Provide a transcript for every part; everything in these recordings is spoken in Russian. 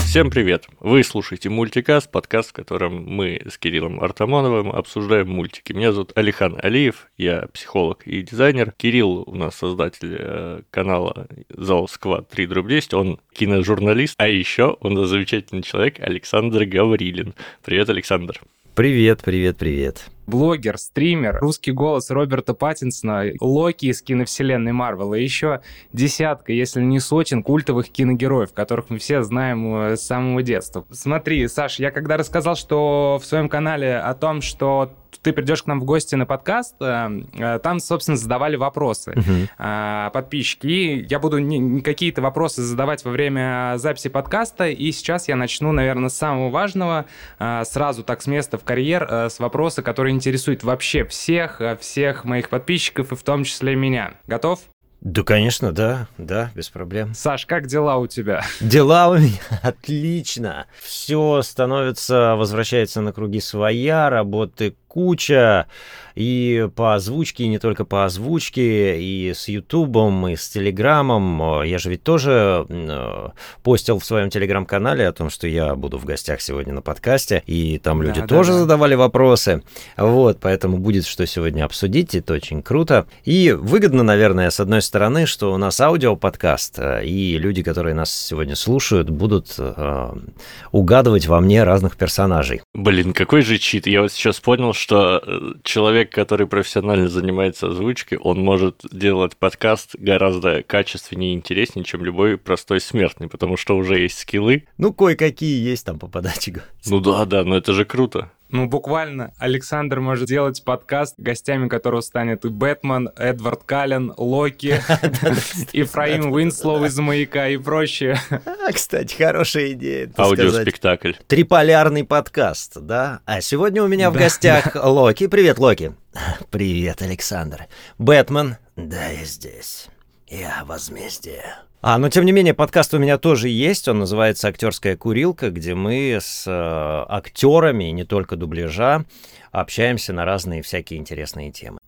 Всем привет! Вы слушаете Мультикаст, подкаст, в котором мы с Кириллом Артамоновым обсуждаем мультики. Меня зовут Алихан Алиев, я психолог и дизайнер. Кирилл у нас создатель канала Зал Сквад 3/10, он киножурналист, а еще он замечательный человек Александр Гаврилин. Привет, Александр! Привет, привет, привет. Блогер, стример, русский голос Роберта Паттинсона, Локи из киновселенной Марвел, и еще десятка, если не сотен культовых киногероев, которых мы все знаем с самого детства. Смотри, Саш, я когда рассказал, что в своем канале о том, что ты придешь к нам в гости на подкаст, там, собственно, задавали вопросы подписчики. И я буду какие-то вопросы задавать во время записи подкаста, и сейчас я начну, наверное, с самого важного, сразу так с места в карьер, с вопроса, который интересует вообще всех моих подписчиков, и в том числе меня. Готов? Да, конечно, да, без проблем. Саш, как дела у тебя? Дела у меня отлично. Все возвращается на круги своя, работы куча, и по озвучке, и не только по озвучке, и с Ютубом, и с Телеграмом. Я же ведь тоже постил в своем Телеграм-канале о том, что я буду в гостях сегодня на подкасте, и там люди тоже задавали вопросы. Вот, поэтому будет что сегодня обсудить, это очень круто. И выгодно, наверное, с одной стороны, что у нас аудиоподкаст, и люди, которые нас сегодня слушают, будут угадывать во мне разных персонажей. Блин, какой же чит. Я вот сейчас понял, что человек, который профессионально занимается озвучкой, он может делать подкаст гораздо качественнее и интереснее, чем любой простой смертный, потому что уже есть скиллы. Ну, кое-какие есть там по подаче. Ну да, но это же круто. Ну, буквально Александр может делать подкаст, гостями которого станет и Бэтмен, Эдвард Каллен, Локи, Ефраим Уинслоу из «Маяка» и прочее. Кстати, хорошая идея. Аудиоспектакль. Триполярный подкаст, да? А сегодня у меня в гостях Локи. Привет, Локи. Привет, Александр. Бэтмен. Да, я здесь. Я возмездие. Но тем не менее, подкаст у меня тоже есть, он называется «Актерская курилка», где мы с актерами, не только дубляжа, общаемся на разные всякие интересные темы.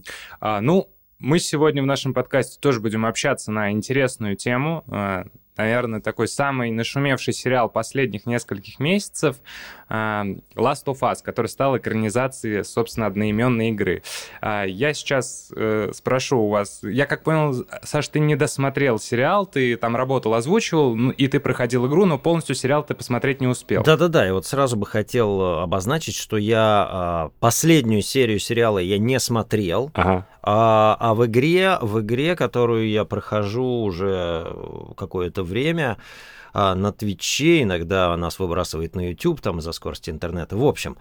Мы сегодня в нашем подкасте тоже будем общаться на интересную тему. Наверное, такой самый нашумевший сериал последних нескольких месяцев Last of Us, который стал экранизацией, собственно, одноименной игры. Я сейчас спрошу у вас, я как понял, Саш, ты не досмотрел сериал, ты там работал, озвучивал, и ты проходил игру, но полностью сериал ты посмотреть не успел. Да, и вот сразу бы хотел обозначить, что я последнюю серию сериала я не смотрел, а в игре, которую я прохожу уже какое-то время, на Твиче, иногда нас выбрасывает на YouTube, там из-за скорости интернета. В общем,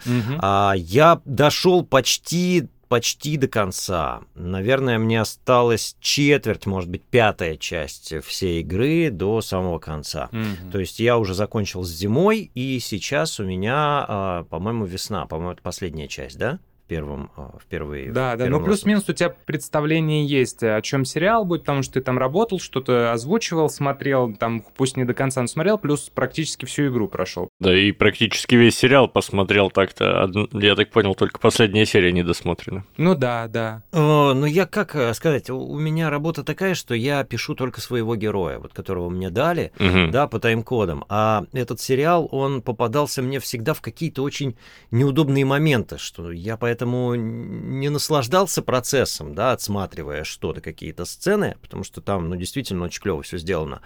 я дошел почти до конца. Наверное, мне осталась четверть, может быть, пятая часть всей игры до самого конца. То есть я уже закончил с зимой, и сейчас у меня, по-моему, весна. По-моему, это последняя часть, да? Впервые. Да, но плюс-минус у тебя представление есть, о чем сериал будет, потому что ты там работал, что-то озвучивал, смотрел, там, пусть не до конца, но смотрел, плюс практически всю игру прошел. Да, и практически весь сериал посмотрел так-то. Я так понял, только последняя серия не досмотрена. Ну да. Ну я, как сказать, у меня работа такая, что я пишу только своего героя, вот которого мне дали, да, по тайм-кодам. А этот сериал, он попадался мне всегда в какие-то очень неудобные моменты, что я поэтому не наслаждался процессом, да, отсматривая что-то, какие-то сцены, потому что там, действительно очень клево все сделано,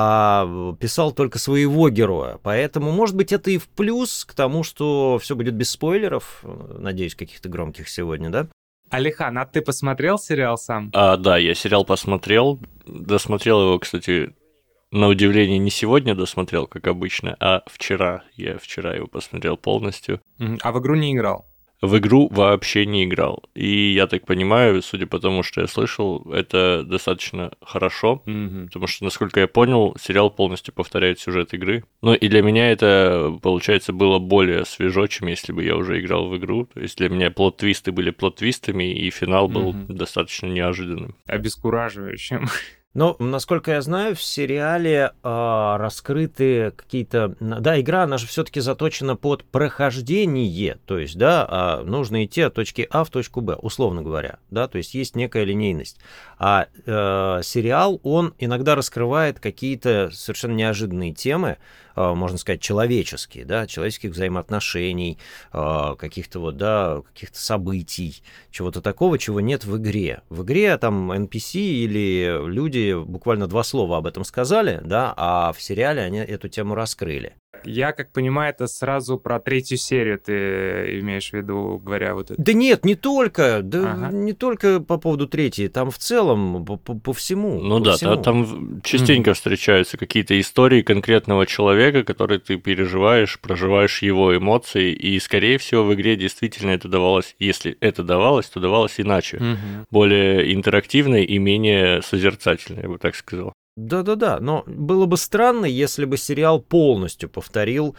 а писал только своего героя. Поэтому, может быть, это и в плюс к тому, что все будет без спойлеров, надеюсь, каких-то громких сегодня, да? Алихан, а ты посмотрел сериал сам? Да, я сериал посмотрел, досмотрел его, кстати, на удивление, не сегодня досмотрел, как обычно, а вчера. Я вчера его посмотрел полностью. А в игру не играл? В игру вообще не играл. И я так понимаю, судя по тому, что я слышал, это достаточно хорошо, потому что, насколько я понял, сериал полностью повторяет сюжет игры. Ну и для меня это, получается, было более свежо, чем если бы я уже играл в игру. То есть для меня плот-твисты были плот-твистами, и финал был достаточно неожиданным. Обескураживающим. Но, насколько я знаю, в сериале раскрыты какие-то... Да, игра, она же все-таки заточена под прохождение, то есть, да, нужно идти от точки А в точку Б, условно говоря, да, то есть есть некая линейность. А сериал, он иногда раскрывает какие-то совершенно неожиданные темы, можно сказать, человеческие, да, человеческих взаимоотношений, каких-то вот, да, каких-то событий, чего-то такого, чего нет в игре. В игре там NPC или люди буквально 2 слова об этом сказали, да, а в сериале они эту тему раскрыли. Я, как понимаю, это сразу про 3-ю серию ты имеешь в виду, говоря вот это? Да нет, не только, не только по поводу 3-й, там в целом по всему. Ну да, там частенько встречаются какие-то истории конкретного человека, которые ты переживаешь, проживаешь его эмоции, и, скорее всего, в игре действительно это давалось, если это давалось, то давалось иначе, более интерактивно и менее созерцательно, я бы так сказал. Да-да-да, но было бы странно, если бы сериал полностью повторил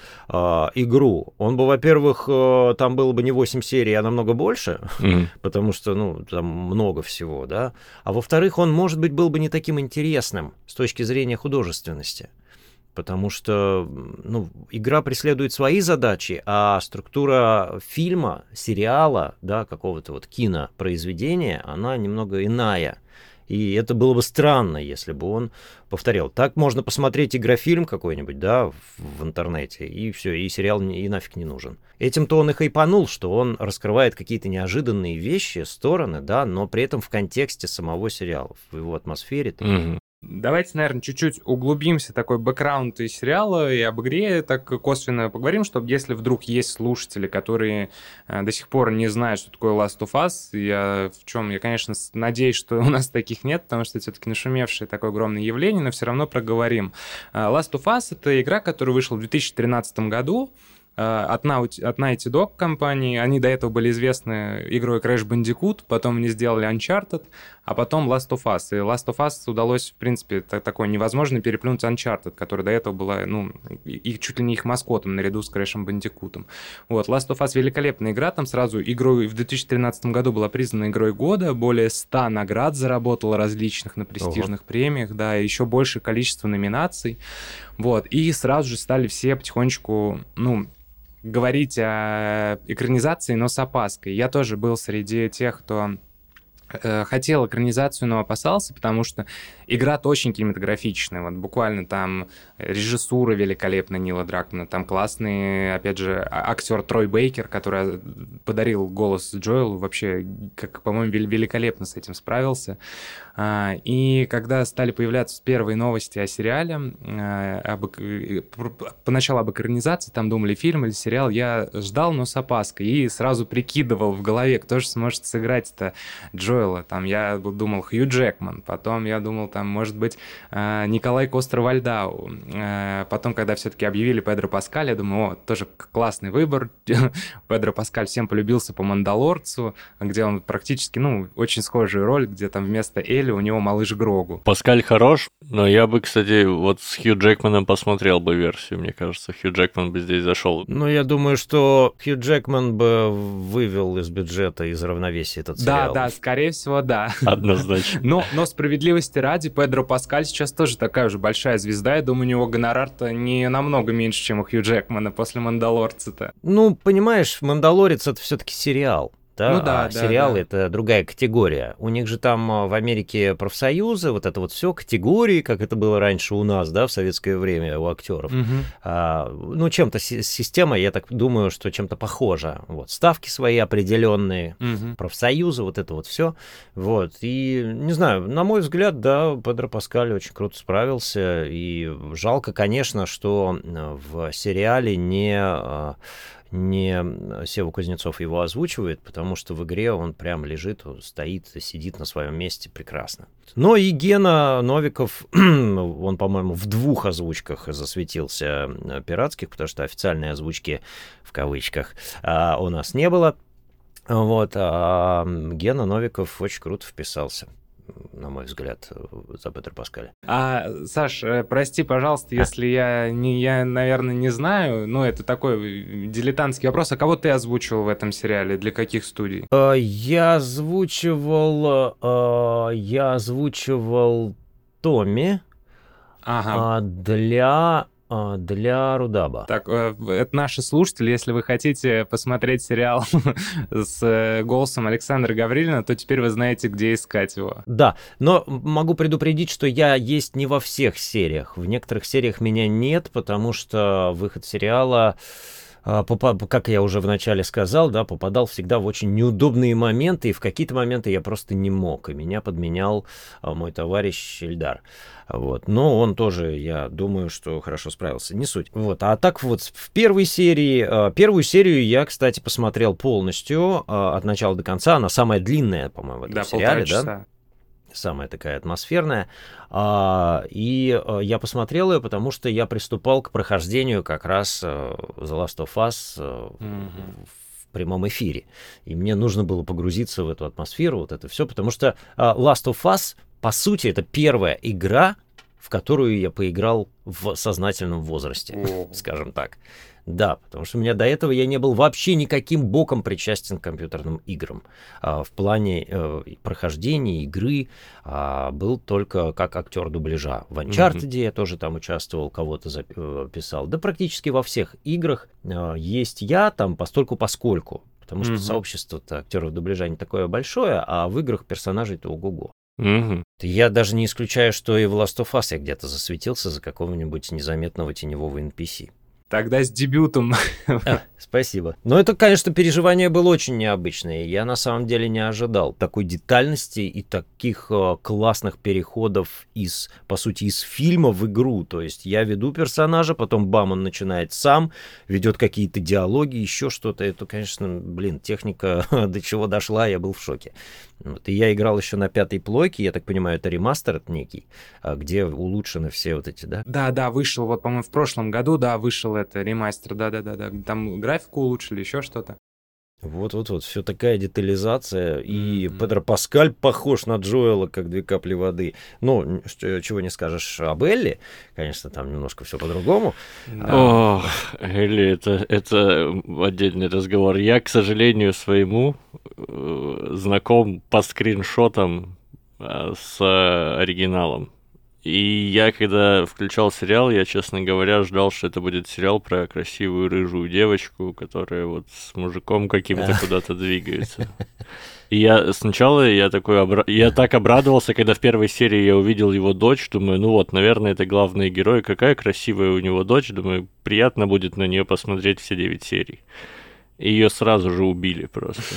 игру. Он бы, во-первых, там было бы не 8 серий, а намного больше, потому что, ну, там много всего, да. А во-вторых, он, может быть, был бы не таким интересным с точки зрения художественности. Потому что, ну, игра преследует свои задачи, а структура фильма, сериала, да, какого-то вот кинопроизведения, она немного иная. И это было бы странно, если бы он повторял. Так можно посмотреть игрофильм какой-нибудь, да, в интернете, и все, и сериал и нафиг не нужен. Этим-то он и хайпанул, что он раскрывает какие-то неожиданные вещи, стороны, да, но при этом в контексте самого сериала, в его атмосфере. Давайте, наверное, чуть-чуть углубимся, такой бэкграунд из сериала, и об игре так косвенно поговорим, чтобы если вдруг есть слушатели, которые до сих пор не знают, что такое Last of Us, я, конечно, надеюсь, что у нас таких нет, потому что это все-таки нашумевшее такое огромное явление, но все равно проговорим. Last of Us — это игра, которая вышла в 2013 году, от Naughty Dog компании. Они до этого были известны игрой Crash Bandicoot, потом они сделали Uncharted, а потом Last of Us. И Last of Us удалось, в принципе, такое невозможно переплюнуть Uncharted, которая до этого была, ну, чуть ли не их маскотом наряду с Crash Bandicoot. Вот, Last of Us — великолепная игра, там сразу игрой в 2013 году была признана игрой года, более 100 наград заработала различных на престижных премиях, да, еще большее количество номинаций. Вот, и сразу же стали все потихонечку, ну, говорить о экранизации, но с опаской. Я тоже был среди тех, кто хотел экранизацию, но опасался, потому что игра-то очень кинематографичная. Вот буквально там режиссура великолепная Нила Дракмана, там классный, опять же, актер Трой Бейкер, который подарил голос Джоэлу, вообще, как, по-моему, великолепно с этим справился. И когда стали появляться первые новости о сериале, поначалу об экранизации, там думали фильм или сериал, я ждал, но с опаской, и сразу прикидывал в голове, кто же сможет сыграть-то Джоэла. Там я думал Хью Джекман, потом я думал, там, может быть, Николай Костер-Вальдау. Потом, когда все-таки объявили Педро Паскаль, я думаю, тоже классный выбор. Педро Паскаль всем полюбился по «Мандалорцу», где он практически, ну, очень схожая роль, где там вместо Элли у него малыш Грогу. Паскаль хорош, но я бы, кстати, вот с Хью Джекманом посмотрел бы версию, мне кажется. Хью Джекман бы здесь зашел. Ну, я думаю, что Хью Джекман бы вывел из бюджета, из равновесия этот сериал. Да, скорее всего, да. Однозначно. Но справедливости ради, Педро Паскаль сейчас тоже такая же большая звезда. Я думаю, у него гонорар-то не намного меньше, чем у Хью Джекмана после «Мандалорца»-то. Ну, понимаешь, «Мандалорец» — это все-таки сериал. Да, ну, да, сериалы да. Это другая категория. У них же там в Америке профсоюзы, вот это вот все категории, как это было раньше у нас, да, в советское время у актеров. Ну, чем-то система, я так думаю, что чем-то похожа. Вот, ставки свои определенные, профсоюзы, вот это вот все. Вот, и не знаю, на мой взгляд, да, Педро Паскаль очень круто справился, и жалко, конечно, что в сериале не Сева Кузнецов его озвучивает, потому что в игре он прям лежит, стоит, сидит на своем месте прекрасно. Но и Гена Новиков, он, по-моему, в 2 озвучках засветился пиратских, потому что официальной озвучки, в кавычках, у нас не было. Вот, а Гена Новиков очень круто вписался, на мой взгляд, за Педро Паскаля. Саш, прости, пожалуйста, если я, наверное, не знаю, но это такой дилетантский вопрос. А кого ты озвучивал в этом сериале? Для каких студий? Я озвучивал Томми для Для Рудаба. Так, это наши слушатели. Если вы хотите посмотреть сериал с голосом Александра Гаврилина, то теперь вы знаете, где искать его. Да, но могу предупредить, что я есть не во всех сериях. В некоторых сериях меня нет, потому что выход сериала, как я уже вначале сказал, да, попадал всегда в очень неудобные моменты, и в какие-то моменты я просто не мог, и меня подменял мой товарищ Ильдар. Вот. Но он тоже, я думаю, что хорошо справился. Не суть. Вот. А так вот, в первую серию я, кстати, посмотрел полностью, от начала до конца. Она самая длинная, по-моему, в этом сериале. Да? Самая такая атмосферная. И я посмотрел ее, потому что я приступал к прохождению как раз The Last of Us в прямом эфире. И мне нужно было погрузиться в эту атмосферу, вот это все, потому что Last of Us, по сути, это первая игра, в которую я поиграл в сознательном возрасте, скажем так. Да, потому что у меня до этого я не был вообще никаким боком причастен к компьютерным играм. В плане прохождения игры был только как актер дубляжа. В Uncharted я тоже там участвовал, кого-то писал. Да практически во всех играх есть я там постольку-поскольку. Потому что сообщество-то актеров дубляжа не такое большое, а в играх персонажей-то ого-го. Я даже не исключаю, что и в Last of Us я где-то засветился за какого-нибудь незаметного теневого NPC. Тогда с дебютом. Спасибо. Но это, конечно, переживание было очень необычное. Я на самом деле не ожидал такой детальности и таких классных переходов по сути, из фильма в игру. То есть я веду персонажа, потом бам, он начинает сам, ведет какие-то диалоги, еще что-то. Это, конечно, техника до чего дошла, я был в шоке. Вот. И я играл еще на 5-й плойке, я так понимаю, это ремастер некий, где улучшены все вот эти, да? Да, вышел, вот, по-моему, в прошлом году, вышел это ремастер, да. Там графику улучшили, еще что-то. Вот, все такая детализация, и Педро Паскаль похож на Джоэла, как 2 капли воды. Ну, чего не скажешь об Элли, конечно, там немножко все по-другому. Да. Элли, это отдельный разговор. Я, к сожалению, своему знаком по скриншотам с оригиналом. И я, когда включал сериал, я, честно говоря, ждал, что это будет сериал про красивую рыжую девочку, которая вот с мужиком каким-то куда-то двигается. И я так обрадовался, когда в первой серии я увидел его дочь, думаю, ну вот, наверное, это главный герой, какая красивая у него дочь, думаю, приятно будет на нее посмотреть все 9 серий. И ее сразу же убили просто.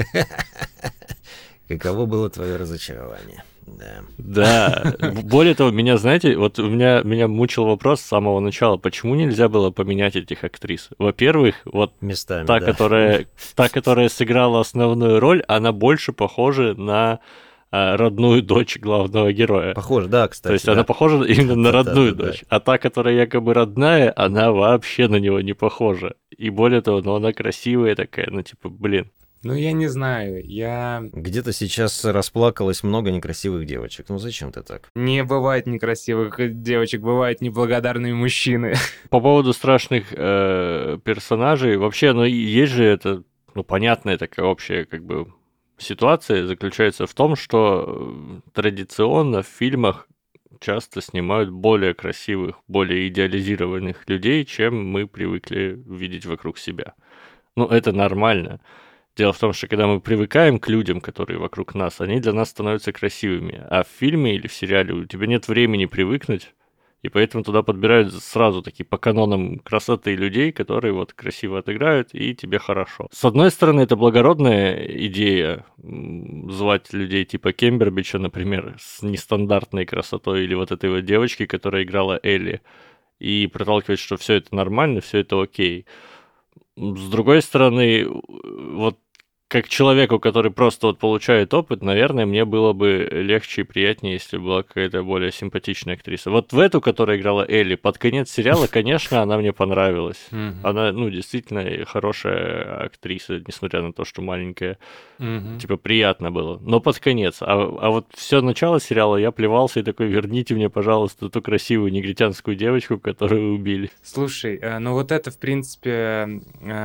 Каково было твое разочарование? Да. Более того, меня, знаете, вот меня мучил вопрос с самого начала, почему нельзя было поменять этих актрис? Во-первых, вот местами, та, которая сыграла основную роль, она больше похожа на родную дочь главного героя. Похоже, да, кстати. То есть она похожа именно на родную дочь. А та, которая якобы родная, она вообще на него не похожа. И более того, она красивая такая, блин. Ну, я не знаю, Где-то сейчас расплакалось много некрасивых девочек. Ну, зачем ты так? Не бывает некрасивых девочек, бывают неблагодарные мужчины. По поводу страшных персонажей, вообще, есть же это, понятная такая общая, ситуация заключается в том, что традиционно в фильмах часто снимают более красивых, более идеализированных людей, чем мы привыкли видеть вокруг себя. Это нормально. Дело в том, что когда мы привыкаем к людям, которые вокруг нас, они для нас становятся красивыми. А в фильме или в сериале у тебя нет времени привыкнуть, и поэтому туда подбирают сразу такие по канонам красоты людей, которые вот красиво отыграют, и тебе хорошо. С одной стороны, это благородная идея звать людей типа Кембербича, например, с нестандартной красотой, или вот этой вот девочки, которая играла Элли, и проталкивать, что все это нормально, все это окей. С другой стороны, вот как человеку, который просто получает опыт, наверное, мне было бы легче и приятнее, если была какая-то более симпатичная актриса. Вот в эту, которая играла Элли, под конец сериала, конечно, она мне понравилась. Она, действительно хорошая актриса, несмотря на то, что маленькая. Приятно было. Но под конец. А вот все начало сериала я плевался и такой, верните мне, пожалуйста, ту красивую негритянскую девочку, которую убили. Слушай, вот это, в принципе,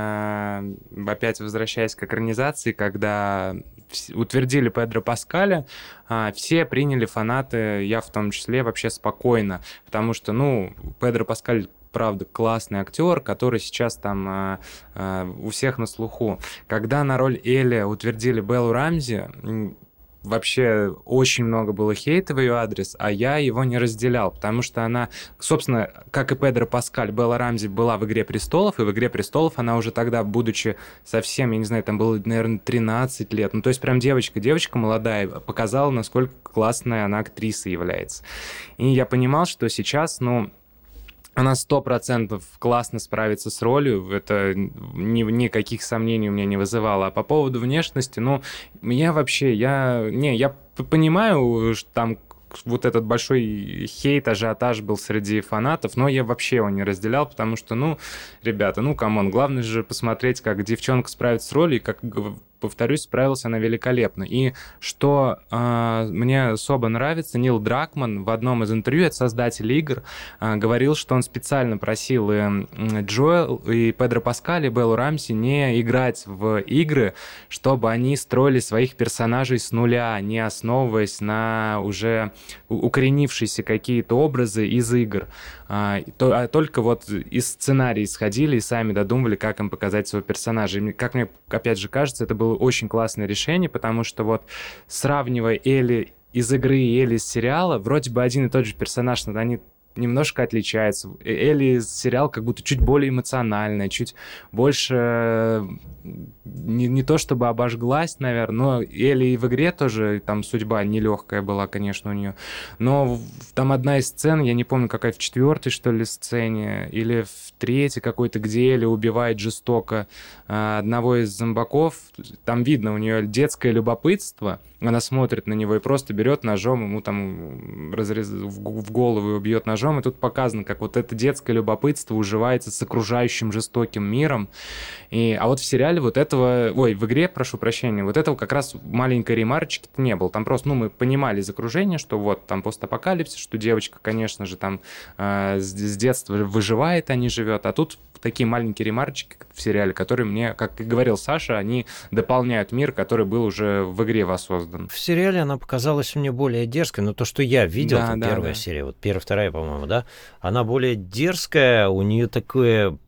опять возвращаясь к экранизации, когда утвердили Педро Паскаля, все приняли фанаты, я в том числе, вообще спокойно, потому что, Педро Паскаль правда, классный актер, который сейчас там у всех на слуху. Когда на роль Элли утвердили Беллу Рамзи, вообще очень много было хейта в ее адрес, а я его не разделял, потому что она, собственно, как и Педро Паскаль, Белла Рамзи была в «Игре престолов», и в «Игре престолов» она уже тогда, будучи совсем, я не знаю, там было, наверное, 13 лет, ну, то есть прям девочка молодая, показала, насколько классная она актриса является. И я понимал, что сейчас, она 100% классно справится с ролью, это никаких сомнений у меня не вызывало. А по поводу внешности, я понимаю, что там вот этот большой хейт, ажиотаж был среди фанатов, но я вообще его не разделял, потому что, ребята, камон, главное же посмотреть, как девчонка справится с ролью, и, как повторюсь, справилась она великолепно. И что мне особо нравится, Нил Дракман в одном из интервью, это создатель игр, говорил, что он специально просил Джоэл, и Педро Паскаль, и Беллу Рамзи не играть в игры, чтобы они строили своих персонажей с нуля, не основываясь на уже укоренившиеся какие-то образы из игр. Только вот из сценария исходили и сами додумывали, как им показать своего персонажа. И, как мне, опять же, кажется, это было очень классное решение, потому что вот сравнивая Элли из игры и Элли из сериала, вроде бы один и тот же персонаж, но они немножко отличаются. Элли из сериала как будто чуть более эмоциональная, чуть больше не то чтобы обожглась, наверное, но Элли и в игре тоже там судьба нелегкая была, конечно, у нее. Но там одна из сцен, я не помню, какая, в 4-й, что ли, сцене, или в 3-й какой-то, где Элли убивает жестоко одного из зомбаков. Там видно у нее детское любопытство. Она смотрит на него и просто берет ножом, ему там в голову и убьет ножом. И тут показано, как вот это детское любопытство уживается с окружающим жестоким миром. А вот в сериале вот этого... в игре, прошу прощения, вот этого как раз маленькой ремарочки-то не было. Там просто, мы понимали из окружения, что вот там постапокалипсис, что девочка, конечно же, там с детства выживает, а не живет. А тут такие маленькие ремарочки в сериале, которые мне, как и говорил Саша, они дополняют мир, который был уже в игре воссоздан. В сериале она показалась мне более дерзкой, но то, что я видел, первая серия, вот первая, вторая, по-моему, да, она более дерзкая, у нее такое...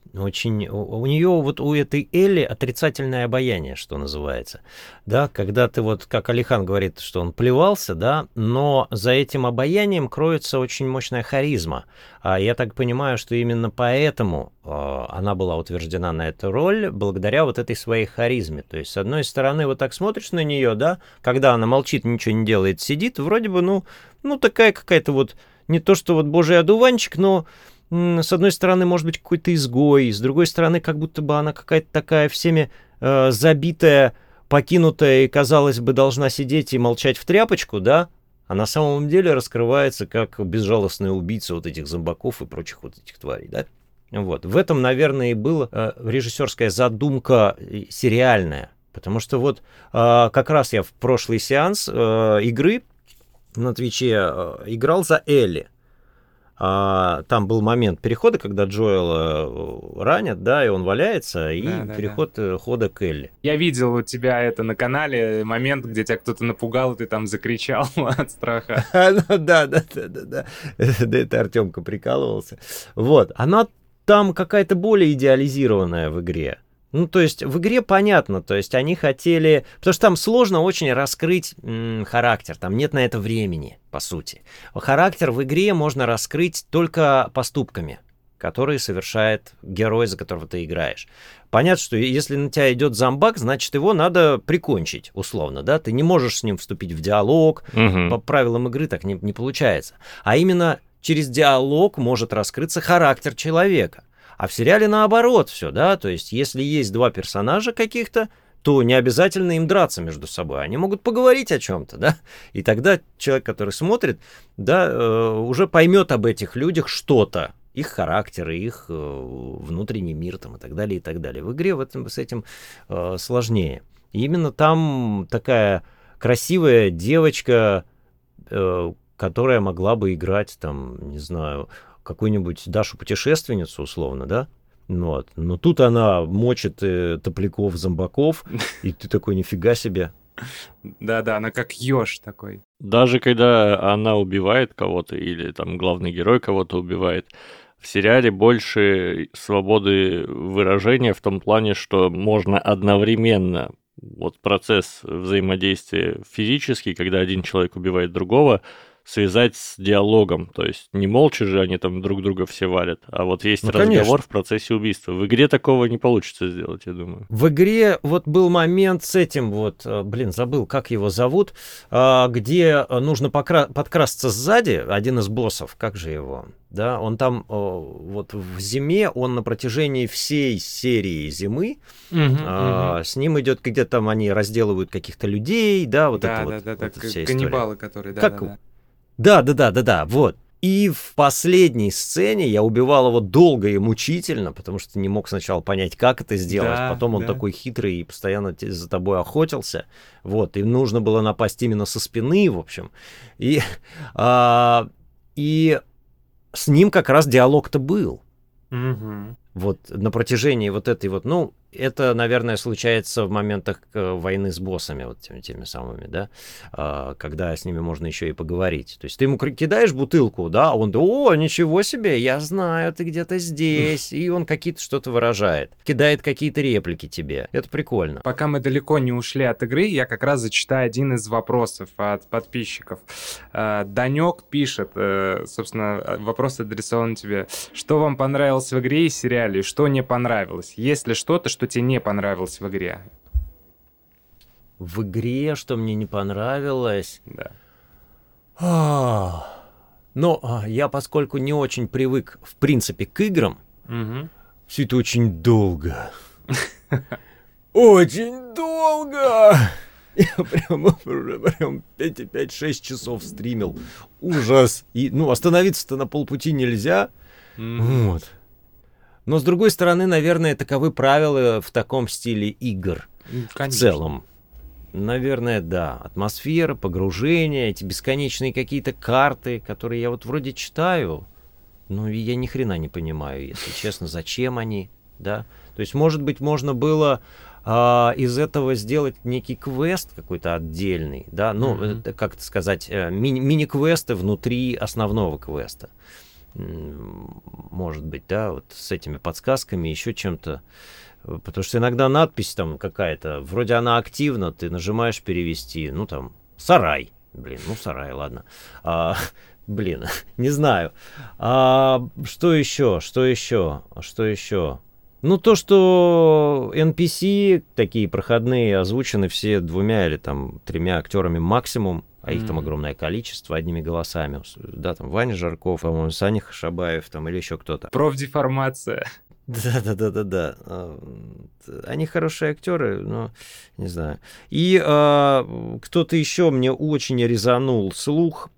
У нее вот у этой Элли отрицательное обаяние, что называется, да, когда ты вот, как Алихан говорит, что он плевался, да, но за этим обаянием кроется очень мощная харизма. Я так понимаю, что именно поэтому она была утверждена на эту роль, благодаря вот этой своей харизме. То есть, с одной стороны, вот так смотришь на нее, да, когда она молчит, ничего не делает, сидит, вроде бы, такая какая-то вот, не то что вот божий одуванчик, но... С одной стороны, может быть, какой-то изгой, с другой стороны, как будто бы она какая-то такая всеми забитая, покинутая и, казалось бы, должна сидеть и молчать в тряпочку, да? А на самом деле раскрывается как безжалостная убийца вот этих зомбаков и прочих вот этих тварей, да? Вот. В этом, наверное, и была режиссерская задумка сериальная, потому что вот как раз я в прошлый сеанс игры на Твиче играл за Элли. Там был момент перехода, когда Джоэла ранят, да, и он валяется, и переход хода к Элли. Я видел у тебя это на канале, момент, где тебя кто-то напугал, и ты там закричал от страха. Да, это Артемка прикалывался. Вот, она там какая-то более идеализированная в игре. То есть в игре понятно, то есть они хотели... Потому что там сложно очень раскрыть характер, там нет на это времени, по сути. Характер в игре можно раскрыть только поступками, которые совершает герой, за которого ты играешь. Понятно, что если на тебя идет зомбак, значит, его надо прикончить, условно, да? Ты не можешь с ним вступить в диалог, по правилам игры так не получается. А именно через диалог может раскрыться характер человека. А в сериале наоборот все, да, то есть если есть два персонажа каких-то, то не обязательно им драться между собой, они могут поговорить о чем-то, да, и тогда человек, который смотрит, да, уже поймет об этих людях что-то, их характеры, их внутренний мир там, и так далее, и так далее. В игре с этим сложнее. И именно там такая красивая девочка, которая могла бы играть там, не знаю, какую-нибудь Дашу-путешественницу, условно, да? Вот. Но тут она мочит топляков-зомбаков, и ты такой, нифига себе. Да-да, она как ёж такой. Даже когда она убивает кого-то, или там главный герой кого-то убивает, В сериале больше свободы выражения в том плане, что можно одновременно вот процесс взаимодействия физический, когда один человек убивает другого, связать с диалогом. То есть не молча же они там друг друга все валят, а вот есть разговор, конечно, в процессе убийства. В игре такого не получится сделать, я думаю. В игре вот был момент с этим вот, забыл, как его зовут, где нужно подкрасться сзади, один из боссов, как же его, да, он там вот в зиме, он на протяжении всей серии зимы, с ним идет, где там они разделывают каких-то людей, да, вот это вот. Да, каннибалы, которые, Да, вот. И в последней сцене я убивал его долго и мучительно, потому что не мог сначала понять, как это сделать. Потом он такой хитрый и постоянно за тобой охотился. Вот, и нужно было напасть именно со спины, в общем. И с ним как раз диалог-то был. Вот на протяжении вот этой вот, ну, это, наверное, случается в моментах войны с боссами, вот теми самыми, да, когда с ними можно еще и поговорить. То есть ты ему кидаешь бутылку, да, а он, о, ничего себе, я знаю, ты где-то здесь, и он какие-то что-то выражает, кидает какие-то реплики тебе. Это прикольно. Пока мы далеко не ушли от игры, я как раз зачитаю один из вопросов от подписчиков. Данек пишет, собственно, вопрос адресован тебе. Что вам понравилось в игре и сериале, что не понравилось? Есть ли что-то, что тебе не понравилось в игре? В игре, что мне не понравилось? Да. Но я, поскольку не очень привык, в принципе, к играм, все это очень долго. Очень долго! Я прям 5-6 часов стримил. Ужас! И, остановиться-то на полпути нельзя. Вот. Но, с другой стороны, наверное, таковы правила в таком стиле игр. Конечно. В целом. Наверное, да. Атмосфера, погружение, эти бесконечные какие-то карты, которые я вот вроде читаю, но я ни хрена не понимаю, если честно, зачем они, да. То есть, может быть, можно было из этого сделать некий квест какой-то отдельный, да, как это сказать, мини-квесты внутри основного квеста. Может быть, да, вот с этими подсказками, еще чем-то. Потому что иногда надпись там какая-то, вроде она активна, ты нажимаешь перевести, сарай. Сарай, ладно. Не знаю. Что еще? То, что NPC такие проходные озвучены все 2 или 3 актерами максимум, а их там огромное количество, одними голосами. Да, там Ваня Жарков, по-моему, Саня Хашабаев там или еще кто-то. Профдеформация. Да. Они хорошие актеры, но не знаю. И кто-то еще мне очень резанул слух.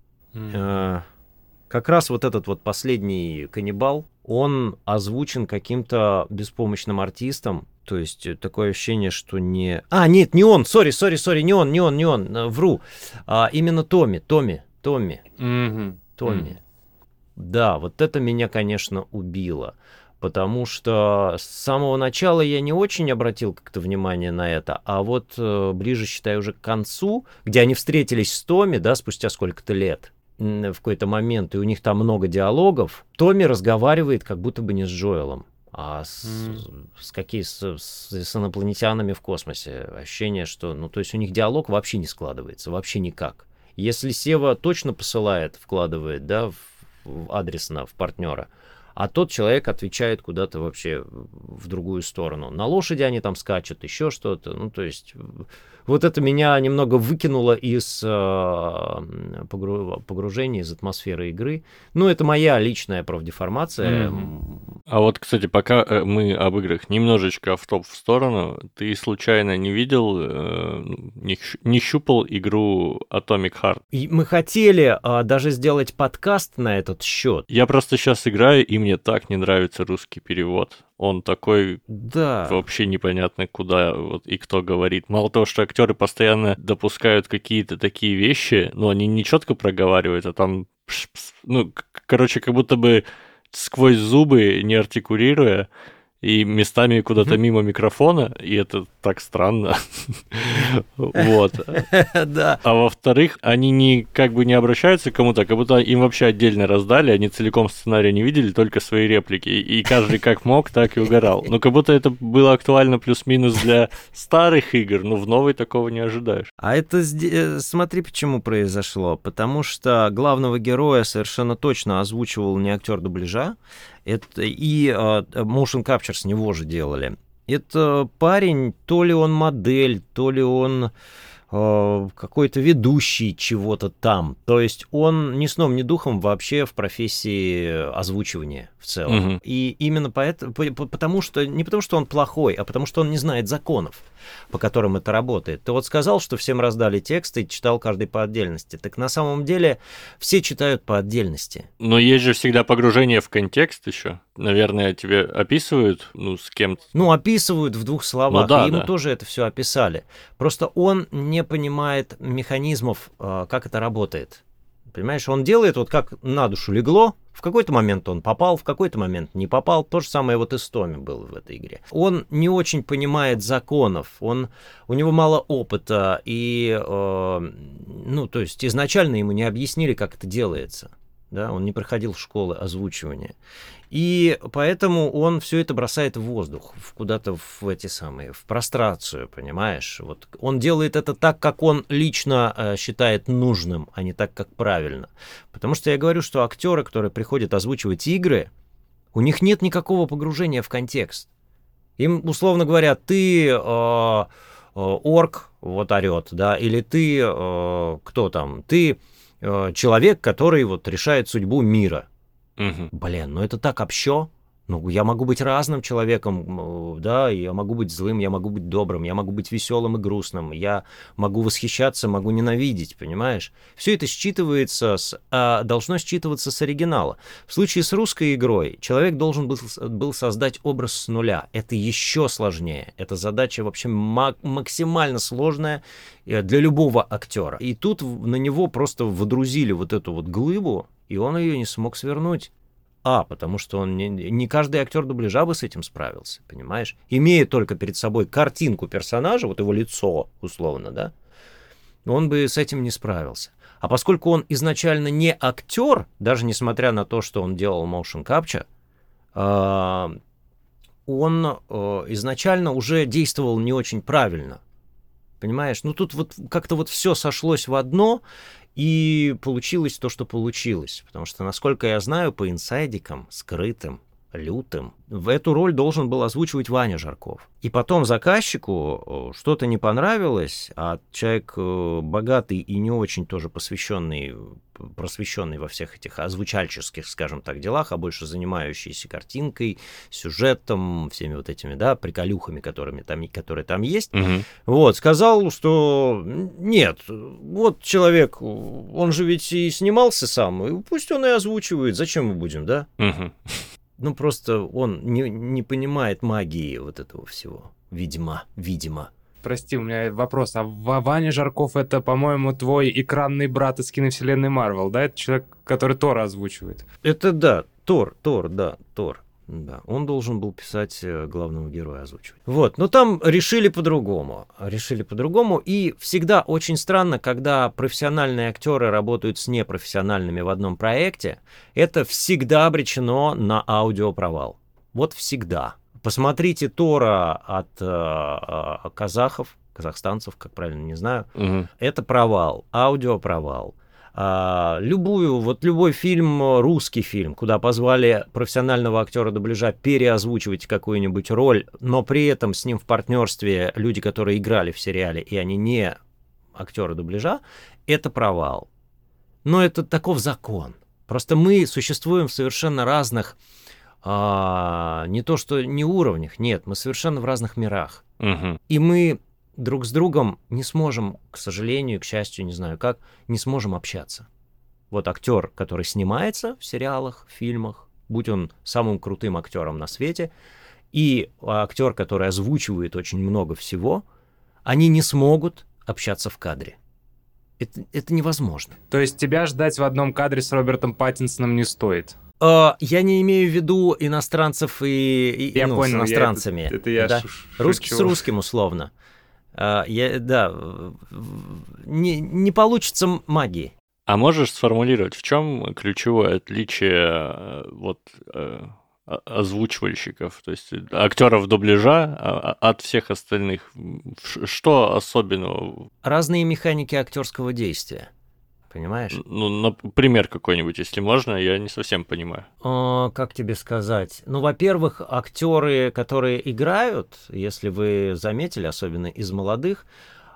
Как раз вот этот вот последний каннибал, он озвучен каким-то беспомощным артистом. То есть такое ощущение, что не... Нет, не он, сори, не он, вру. Именно Томми. Да, вот это меня, конечно, убило. Потому что с самого начала я не очень обратил как-то внимание на это, а вот ближе, считай, уже к концу, где они встретились с Томми, да, спустя сколько-то лет, в какой-то момент, и у них там много диалогов, Томми разговаривает как будто бы не с Джоэлом, а с инопланетянами в космосе. Ощущение, что, то есть у них диалог вообще не складывается, вообще никак. Если Сева точно вкладывает, да, адресно в партнера, а тот человек отвечает куда-то вообще в другую сторону. На лошади они там скачут, еще что-то. То есть вот это меня немного выкинуло из погружения, из атмосферы игры. Это моя личная профдеформация. А вот, кстати, пока мы об играх немножечко автоп в сторону, ты случайно не видел, не щупал игру Atomic Heart? И мы хотели даже сделать подкаст на этот счет. Я просто сейчас играю, и мне так не нравится русский перевод. Он такой, да, вообще непонятно куда и кто говорит. Мало того, что актеры постоянно допускают какие-то такие вещи, но они не четко проговаривают, а там, как будто бы сквозь зубы, не артикулируя, и местами куда-то мимо микрофона, и это так странно. Вот. Да. А во-вторых, они как бы не обращаются к кому-то, как будто им вообще отдельно раздали, они целиком сценария не видели, только свои реплики, и каждый как мог, так и угорал. Но как будто это было актуально плюс-минус для старых игр, но в новой такого не ожидаешь. А это, смотри, почему произошло. Потому что главного героя совершенно точно озвучивал не актер дубляжа, и motion capture с него же делали. Это парень, то ли он модель, то ли он какой-то ведущий чего-то там. То есть он ни сном, ни духом вообще в профессии озвучивания в целом. И именно потому что, не потому что он плохой, а потому что он не знает законов, по которым это работает. Ты вот сказал, что всем раздали тексты и читал каждый по отдельности. Так на самом деле все читают по отдельности. Но есть же всегда погружение в контекст еще. Наверное, тебе описывают, с кем-то. Описывают в двух словах. И ему тоже это все описали. Просто он не понимает механизмов, как это работает. Понимаешь, он делает вот как на душу легло, в какой-то момент он попал, в какой-то момент не попал. То же самое вот и с Томми было в этой игре. Он не очень понимает законов, у него мало опыта, и, то есть изначально ему не объяснили, как это делается. Да, он не проходил школы озвучивания. И поэтому он все это бросает в воздух, куда-то в прострацию, понимаешь? Вот он делает это так, как он лично считает нужным, а не так, как правильно. Потому что я говорю, что актеры, которые приходят озвучивать игры, у них нет никакого погружения в контекст. Им, условно говоря, ты орк, вот орет, да, или ты, кто там, ты человек, который вот решает судьбу мира. Блин, это так общо. Я могу быть разным человеком, да, я могу быть злым, я могу быть добрым, я могу быть веселым и грустным, я могу восхищаться, могу ненавидеть, понимаешь? Все это должно считываться с оригинала. В случае с русской игрой человек должен был создать образ с нуля. Это еще сложнее. Эта задача вообще максимально сложная для любого актера. И тут на него просто водрузили вот эту вот глыбу, и он ее не смог свернуть. Потому что он не каждый актер дубляжа бы с этим справился, понимаешь? Имея только перед собой картинку персонажа, вот его лицо, условно, да, он бы с этим не справился. А поскольку он изначально не актер, даже несмотря на то, что он делал motion capture, он изначально уже действовал не очень правильно, понимаешь? Тут вот как-то вот все сошлось в одно, и получилось то, что получилось. Потому что, насколько я знаю, по инсайдикам, скрытым, лютым, в эту роль должен был озвучивать Ваня Жарков. И потом заказчику что-то не понравилось, а человек богатый и не очень тоже просвещенный во всех этих озвучальческих, скажем так, делах, а больше занимающийся картинкой, сюжетом, всеми вот этими, да, приколюхами, которые там есть, вот, сказал, что нет, вот человек, он же ведь и снимался сам, и пусть он и озвучивает, зачем мы будем, да? Просто он не понимает магии вот этого всего, видимо. Прости, у меня вопрос. А Ваня Жарков — это, по-моему, твой экранный брат из киновселенной Марвел, да? Это человек, который Тора озвучивает. Это да, Тор. Да, он должен был писать главного героя, озвучивать. Вот, но там решили по-другому. И всегда очень странно, когда профессиональные актеры работают с непрофессиональными в одном проекте. Это всегда обречено на аудиопровал. Вот всегда. Посмотрите Тора от казахстанцев, как правильно, не знаю. Это провал, аудиопровал. Любой фильм, русский фильм, куда позвали профессионального актера дубляжа переозвучивать какую-нибудь роль, но при этом с ним в партнерстве люди, которые играли в сериале, и они не актеры дубляжа, это провал. Но это таков закон. Просто мы существуем в совершенно разных, не то что не уровнях, нет, мы совершенно в разных мирах. И мы друг с другом не сможем, к сожалению, к счастью, не знаю как, не сможем общаться. Вот актер, который снимается в сериалах, фильмах, будь он самым крутым актером на свете, и актер, который озвучивает очень много всего, они не смогут общаться в кадре. Это невозможно. То есть тебя ждать в одном кадре с Робертом Паттинсоном не стоит? я не имею в виду иностранцев я понял, с иностранцами. Это я да? Русский с русским условно. Не получится магии. А можешь сформулировать, в чем ключевое отличие озвучивальщиков, то есть актеров дубляжа от всех остальных? Что особенного? Разные механики актерского действия. Понимаешь? Ну, например, какой-нибудь, если можно, я не совсем понимаю. Как тебе сказать? Ну, во-первых, актеры, которые играют, если вы заметили, особенно из молодых,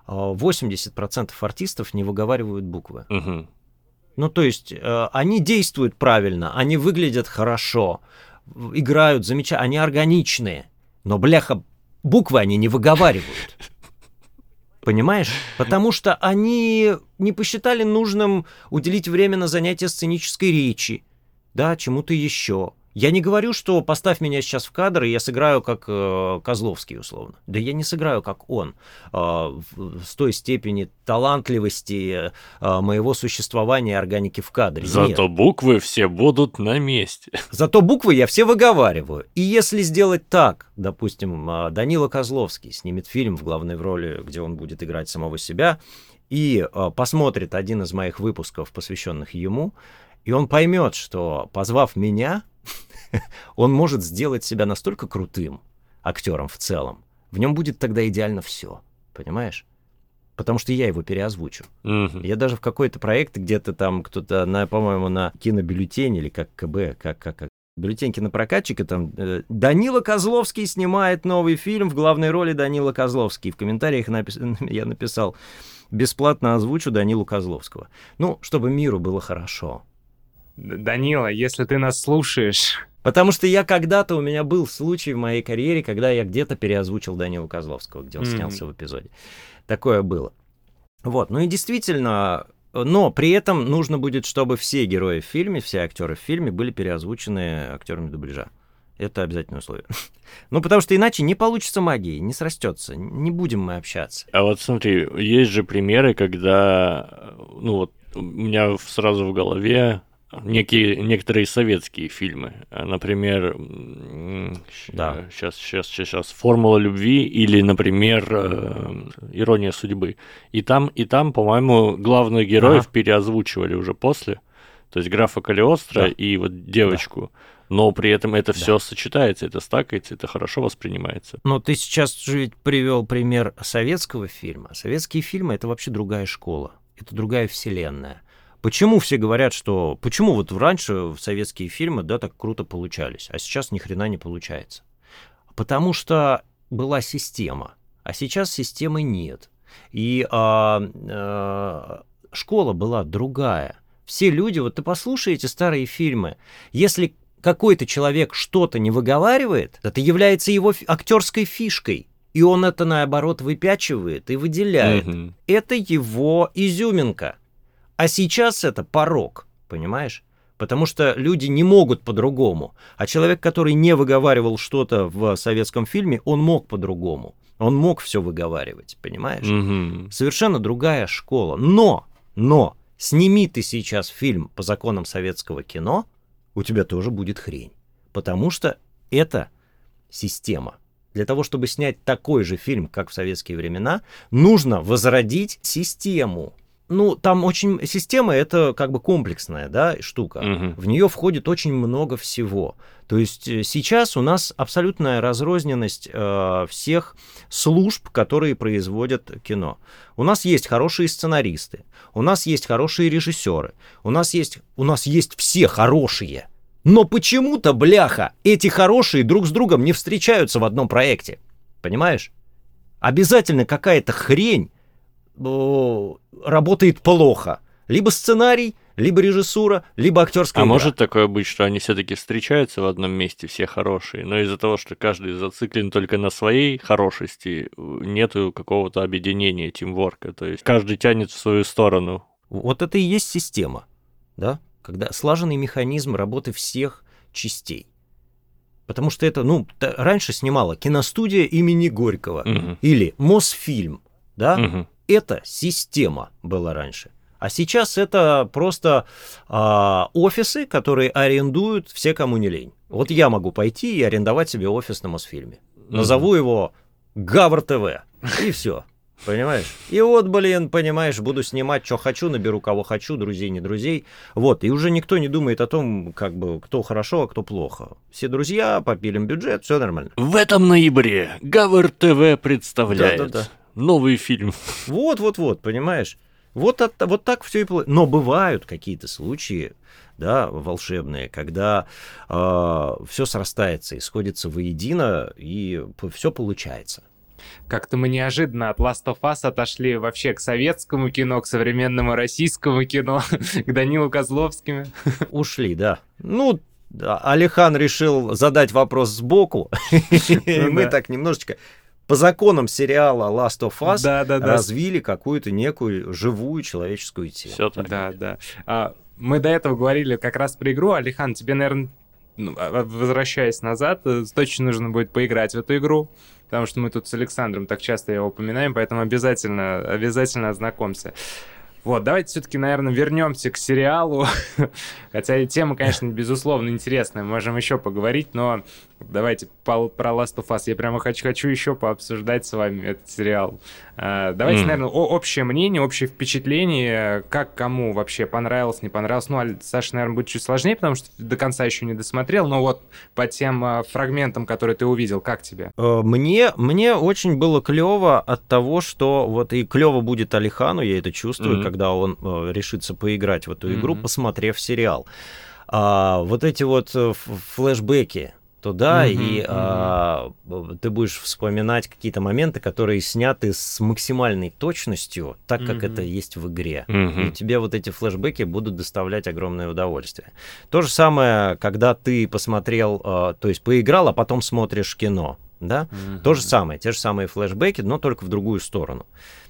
80% артистов не выговаривают буквы. Угу. Ну, то есть, они действуют правильно, они выглядят хорошо, играют замечательно, они органичные, но, бляха, буквы они не выговаривают. Понимаешь? Потому что они не посчитали нужным уделить время на занятия сценической речи, да, чему-то еще. Я не говорю, что поставь меня сейчас в кадр, и я сыграю как Козловский, условно. Да я не сыграю как он. С той степени талантливости моего существования и органики в кадре. Зато нет. Буквы все будут на месте. Зато буквы я все выговариваю. И если сделать так, допустим, Данила Козловский снимет фильм в главной роли, где он будет играть самого себя, и посмотрит один из моих выпусков, посвященных ему, и он поймет, что, позвав меня, он может сделать себя настолько крутым актером в целом. В нем будет тогда идеально все. Понимаешь? Потому что я его переозвучу. Я даже в какой-то проект где-то там кто-то, по-моему, на кинобюллетень или как КБ, как бюллетень кинопрокатчика, там Данила Козловский снимает новый фильм, в главной роли Данила Козловский. В комментариях я написал: бесплатно озвучу Данилу Козловского. Ну, чтобы миру было хорошо. Данила, если ты нас слушаешь... Потому что у меня был случай в моей карьере, когда я где-то переозвучил Данилу Козловского, где он снялся в эпизоде. Такое было. Вот, ну и действительно, но при этом нужно будет, чтобы все герои в фильме, все актеры в фильме были переозвучены актерами дубляжа. Это обязательное условие. Ну, потому что иначе не получится магии, не срастется, не будем мы общаться. А вот смотри, есть же примеры, когда, ну вот, у меня сразу в голове некоторые советские фильмы, например, сейчас «Формула любви» или, например, «Ирония судьбы». И там, по-моему, главных героев переозвучивали уже после, то есть графа Калиостро и вот девочку, но при этом это все сочетается, это стакается, это хорошо воспринимается. Но ты сейчас же ведь привел пример советского фильма. Советские фильмы — это вообще другая школа, это другая вселенная. Почему все говорят, что... Почему вот раньше советские фильмы, да, так круто получались, а сейчас ни хрена не получается? Потому что была система, а сейчас системы нет. И школа была другая. Все люди, вот ты послушай эти старые фильмы, если какой-то человек что-то не выговаривает, это является его актерской фишкой. И он это, наоборот, выпячивает и выделяет. Это его изюминка. А сейчас это порок, понимаешь? Потому что люди не могут по-другому. А человек, который не выговаривал что-то в советском фильме, он мог по-другому. Он мог все выговаривать, понимаешь? Совершенно другая школа. Но, сними ты сейчас фильм по законам советского кино, у тебя тоже будет хрень. Потому что это система. Для того, чтобы снять такой же фильм, как в советские времена, нужно возродить систему. Ну, там очень... Система — это как бы комплексная, да, штука. В нее входит очень много всего. То есть сейчас у нас абсолютная разрозненность всех служб, которые производят кино. У нас есть хорошие сценаристы, у нас есть хорошие режиссеры, у нас есть все хорошие. Но почему-то, бляха, эти хорошие друг с другом не встречаются в одном проекте. Понимаешь? Обязательно какая-то хрень работает плохо. Либо сценарий, либо режиссура, либо актерская игра. Может такое быть, что они все-таки встречаются в одном месте, все хорошие, но из-за того, что каждый зациклен только на своей хорошести, нету какого-то объединения, тимворка, то есть каждый тянет в свою сторону. Вот это и есть система, да? Когда слаженный механизм работы всех частей. Потому что это, раньше снимала киностудия имени Горького или Мосфильм, да? Это система была раньше. А сейчас это просто офисы, которые арендуют все, кому не лень. Вот я могу пойти и арендовать себе офис на Мосфильме. Назову его Гавр ТВ. И все. Понимаешь? И вот, понимаешь, буду снимать, что хочу, наберу кого хочу, друзей, не друзей. Вот, и уже никто не думает о том, кто хорошо, а кто плохо. Все друзья, попилим бюджет, все нормально. В этом ноябре Гавр ТВ представляет новый фильм. Вот, понимаешь? Вот так все и получается. Но бывают какие-то случаи, да, волшебные, когда все срастается и сходится воедино, и все получается. Как-то мы неожиданно от Last of Us отошли вообще к советскому кино, к современному российскому кино, к Данилу Козловскому. Ушли, да. Алихан решил задать вопрос сбоку, и мы так немножечко по законам сериала Last of Us развили какую-то некую живую человеческую тему. Все так. Да. Мы до этого говорили как раз про игру. Алихан, тебе, наверное, возвращаясь назад, точно нужно будет поиграть в эту игру, потому что мы тут с Александром так часто его упоминаем, поэтому обязательно ознакомься. Вот, давайте все-таки, наверное, вернемся к сериалу. Хотя тема, конечно, безусловно, интересная, можем еще поговорить, но давайте про Last of Us. Я прямо хочу еще пообсуждать с вами этот сериал. Давайте, наверное, общее мнение, общее впечатление, как кому вообще понравилось, не понравилось. Саша, наверное, будет чуть сложнее, потому что до конца еще не досмотрел, но вот по тем фрагментам, которые ты увидел, как тебе? Мне очень было клево от того, что вот и клево будет Алихану, я это чувствую, когда он решится поиграть в эту игру, посмотрев сериал. Вот эти вот флешбеки туда, и ты будешь вспоминать какие-то моменты, которые сняты с максимальной точностью, так как это есть в игре. И тебе вот эти флешбеки будут доставлять огромное удовольствие. То же самое, когда ты посмотрел, то есть поиграл, а потом смотришь кино. Да? То же самое, те же самые флешбеки, но только в другую сторону.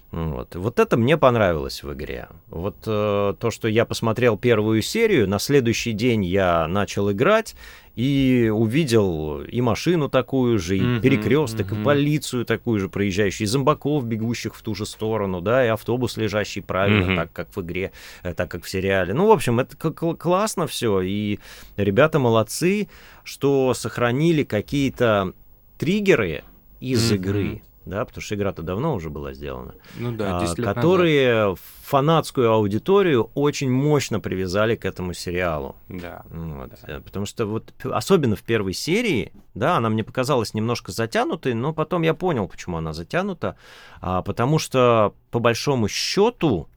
Вот это мне понравилось в игре. Вот то, что я посмотрел первую серию, на следующий день я начал играть и увидел и машину такую же, и перекресток, и полицию такую же проезжающую, и зомбаков, бегущих в ту же сторону, да, и автобус, лежащий правильно, так как в игре, так как в сериале. В общем, это классно все, и ребята молодцы, что сохранили какие-то триггеры из игры. Да, потому что игра-то давно уже была сделана, 10 лет которые назад. Фанатскую аудиторию очень мощно привязали к этому сериалу. Да. Потому что вот особенно в первой серии, да, она мне показалась немножко затянутой, но потом я понял, почему она затянута, потому что по большому счету,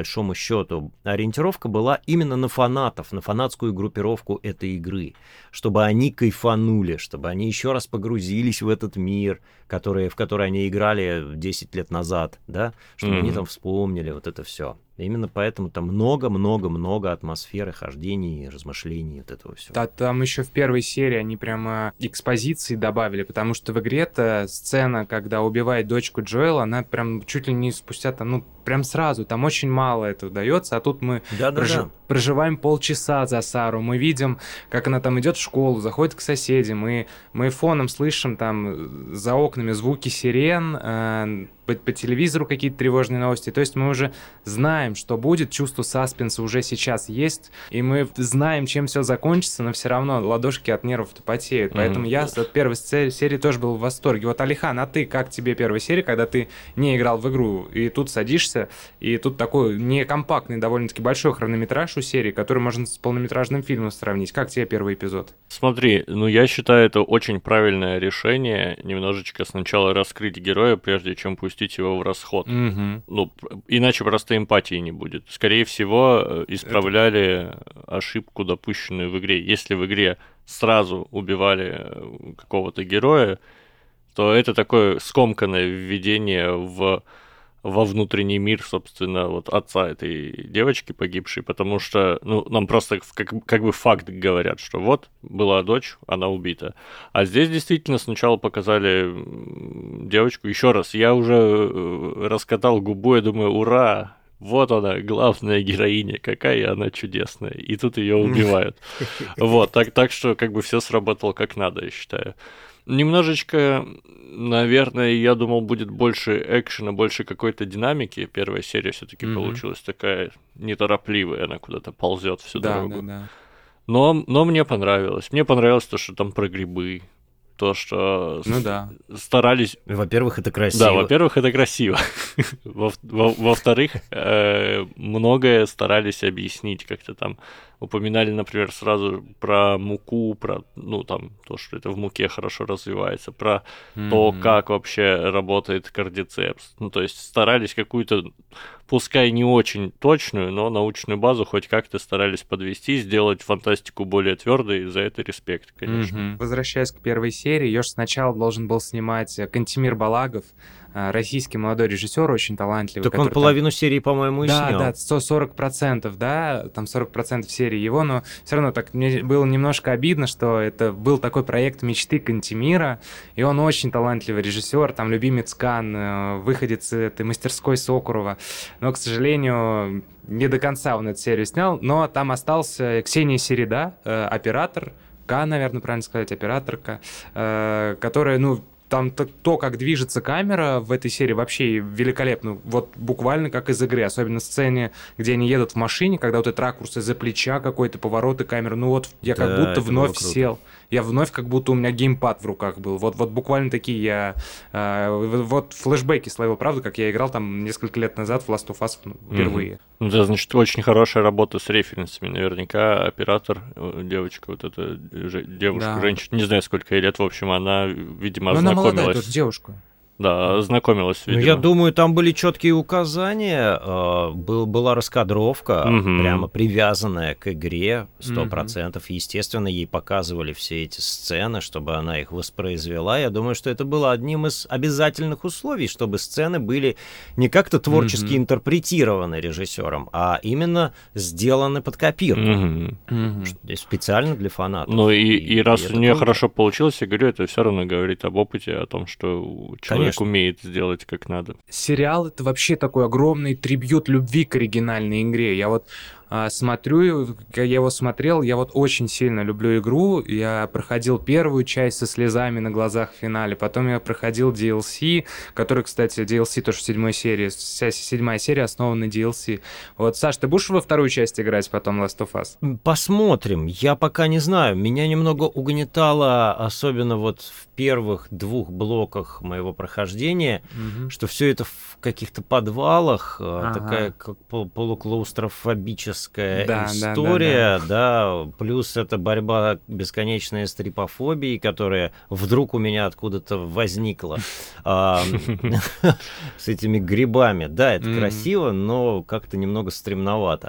ориентировка была именно на фанатов, на фанатскую группировку этой игры, чтобы они кайфанули, чтобы они еще раз погрузились в этот мир, в который они играли 10 лет назад, да, чтобы они там вспомнили вот это все. Именно поэтому там много-много-много атмосферы, хождений, размышлений, вот этого всего. Да, там еще в первой серии они прямо экспозиции добавили, потому что в игре-то сцена, когда убивает дочку Джоэла, она прям чуть ли не спустя там, прям сразу, там очень мало этого дается, а тут мы проживаем полчаса за Сару, мы видим, как она там идет в школу, заходит к соседям, мы фоном слышим там за окнами звуки сирен, по телевизору какие-то тревожные новости. То есть мы уже знаем, что будет, чувство саспенса уже сейчас есть, и мы знаем, чем все закончится, но все равно ладошки от нервов-то потеют. Поэтому я от первой серии тоже был в восторге. Вот, Алихан, а ты, как тебе первая серия, когда ты не играл в игру, и тут садишься, и тут такой некомпактный, довольно-таки большой хронометраж у серии, который можно с полнометражным фильмом сравнить. Как тебе первый эпизод? Смотри, я считаю, это очень правильное решение, немножечко сначала раскрыть героя, прежде чем пустить его в расход. Иначе просто эмпатии не будет. Скорее всего, исправляли ошибку, допущенную в игре. Если в игре сразу убивали какого-то героя, то это такое скомканное введение во внутренний мир, собственно, вот отца этой девочки погибшей, потому что, нам просто как бы факт говорят, что вот, была дочь, она убита. А здесь действительно сначала показали девочку. Еще раз, я уже раскатал губу, я думаю, ура, вот она, главная героиня, какая она чудесная. И тут ее убивают. Вот, так что как бы все сработало как надо, я считаю. Немножечко, наверное, я думал, будет больше экшена, больше какой-то динамики. Первая серия все-таки получилась такая неторопливая, она куда-то ползет всю дорогу. Да. Но мне понравилось. Мне понравилось то, что там про грибы. То, что старались... Во-первых, это красиво. Да, во-первых, это красиво. Во-вторых, многое старались объяснить, как-то там упоминали, например, сразу про муку, про, там, то, что это в муке хорошо развивается, про то, как вообще работает кардицепс. То есть старались какую-то, пускай не очень точную, но научную базу хоть как-то старались подвести, сделать фантастику более твердой, и за это респект, конечно. Возвращаясь к первой серии, ее же сначала должен был снимать Кантемир Балагов, российский молодой режиссер, очень талантливый. Так он половину серии, по-моему, и снял. Да, 140%, да, там 40% серии его, но все равно так мне было немножко обидно, что это был такой проект мечты Кантемира, и он очень талантливый режиссер, там любимец Канн, выходец этой мастерской Сокурова, но, к сожалению, не до конца он эту серию снял, но там остался Ксения Середа, оператор, наверное, правильно сказать, операторка, которая, там то, как движется камера в этой серии, вообще великолепно. Вот буквально как из игры. Особенно в сцене, где они едут в машине, когда вот этот ракурс из-за плеча какой-то, повороты камеры. Я как будто вновь сел. Я вновь как будто у меня геймпад в руках был. Вот буквально такие я... Вот флешбеки словил, правда, как я играл там несколько лет назад в Last of Us впервые. Это, значит, очень хорошая работа с референсами. Наверняка оператор, девочка, вот эта девушка, женщина, не знаю, сколько ей лет, в общем, она, видимо, ознакомилась. Она молодая тоже девушка. Да, знакомилась, видимо. Я думаю, там были четкие указания, была раскадровка, прямо привязанная к игре 100%. Естественно, ей показывали все эти сцены, чтобы она их воспроизвела. Я думаю, что это было одним из обязательных условий, чтобы сцены были не как-то творчески интерпретированы режиссером, а именно сделаны под копирку. Специально для фанатов. Ну и раз у нее хорошо получилось, я говорю, это все равно говорит об опыте, о том, что человек умеет сделать как надо. Сериал — это вообще такой огромный трибьют любви к оригинальной игре. Я смотрю, я его смотрел, я очень сильно люблю игру. Я проходил первую часть со слезами на глазах в финале, потом я проходил DLC, который, кстати, DLC тоже в 7 серии, вся 7 серия основана на DLC. Саш, ты будешь во вторую часть играть потом Last of Us? Посмотрим, я пока не знаю. Меня немного угнетало, особенно в первых 2 блоках моего прохождения, что все это в каких-то подвалах, такая как полуклаустрофобическая история, да, плюс это борьба бесконечная с трипофобией, которая вдруг у меня откуда-то возникла с этими грибами. Да, это красиво, но как-то немного стремновато.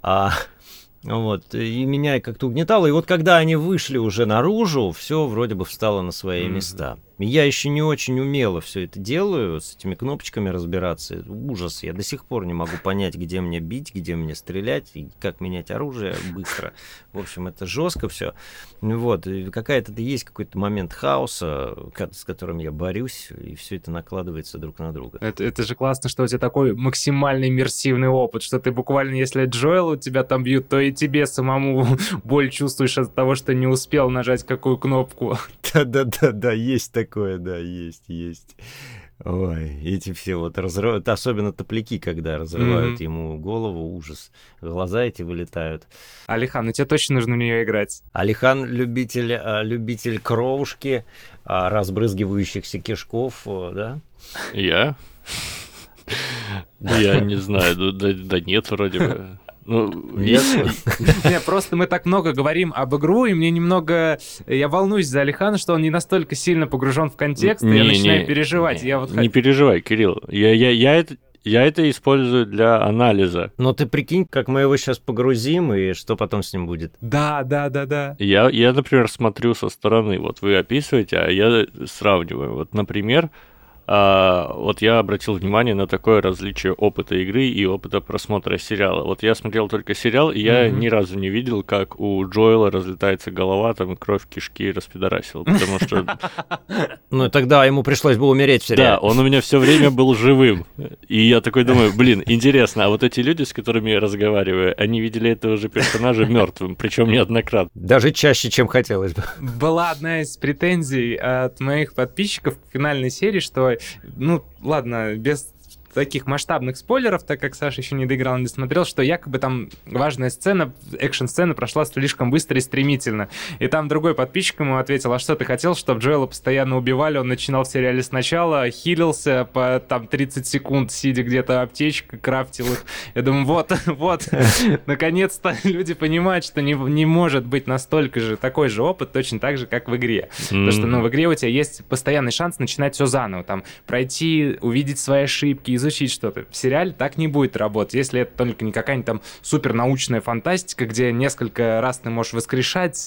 И меня как-то угнетало. И когда они вышли уже наружу, все вроде бы встало на свои места. Я еще не очень умело все это делаю, с этими кнопочками разбираться. Ужас, я до сих пор не могу понять, где мне бить, где мне стрелять, и как менять оружие быстро. В общем, это жестко все. И какая-то есть какой-то момент хаоса, с которым я борюсь, и все это накладывается друг на друга. Это же классно, что у тебя такой максимально иммерсивный опыт, что ты буквально, если Джоэл у тебя там бьют, то и тебе самому боль чувствуешь от того, что не успел нажать какую кнопку. Да, есть такое, да, есть. Ой, эти все разрывают, особенно топляки, когда разрывают ему голову, ужас. Глаза эти вылетают. Алихан, тебе точно нужно в нее играть. Алихан любитель кровушки, разбрызгивающихся кишков, да? Я? Я не знаю, да нет, вроде бы. Нет, просто мы так много говорим об игру, и мне немного... Я волнуюсь за Алихана, что он не настолько сильно погружен в контекст, и я начинаю переживать. Не переживай, Кирилл. Я это использую для анализа. Но ты прикинь, как мы его сейчас погрузим, и что потом с ним будет. Да. Я, например, смотрю со стороны. Вы описываете, а я сравниваю. Например, вот я обратил внимание на такое различие опыта игры и опыта просмотра сериала. Вот я смотрел только сериал, и я ни разу не видел, как у Джоэла разлетается голова, там, и кровь кишки распидорасил, потому что... Ну, тогда ему пришлось бы умереть в сериале. Да, он у меня все время был живым. И я такой думаю, блин, интересно, а вот эти люди, с которыми я разговариваю, они видели этого же персонажа мертвым, причем неоднократно. Даже чаще, чем хотелось бы. Была одна из претензий от моих подписчиков к финальной серии, что, ну, ладно, без таких масштабных спойлеров, так как Саша еще не доиграл, не досмотрел, что якобы там важная сцена, экшн-сцена прошла слишком быстро и стремительно. И там другой подписчик ему ответил: а что ты хотел, чтобы Джоэла постоянно убивали, он начинал в сериале сначала, хилился по там 30 секунд, сидя где-то в аптечке, крафтил их. Я думаю, вот, наконец-то люди понимают, что не может быть настолько же такой же опыт, точно так же, как в игре. Потому что, ну, в игре у тебя есть постоянный шанс начинать все заново, там, пройти, увидеть свои ошибки, изучить что-то. В сериале так не будет работать, если это только не какая-нибудь там супернаучная фантастика, где несколько раз ты можешь воскрешать,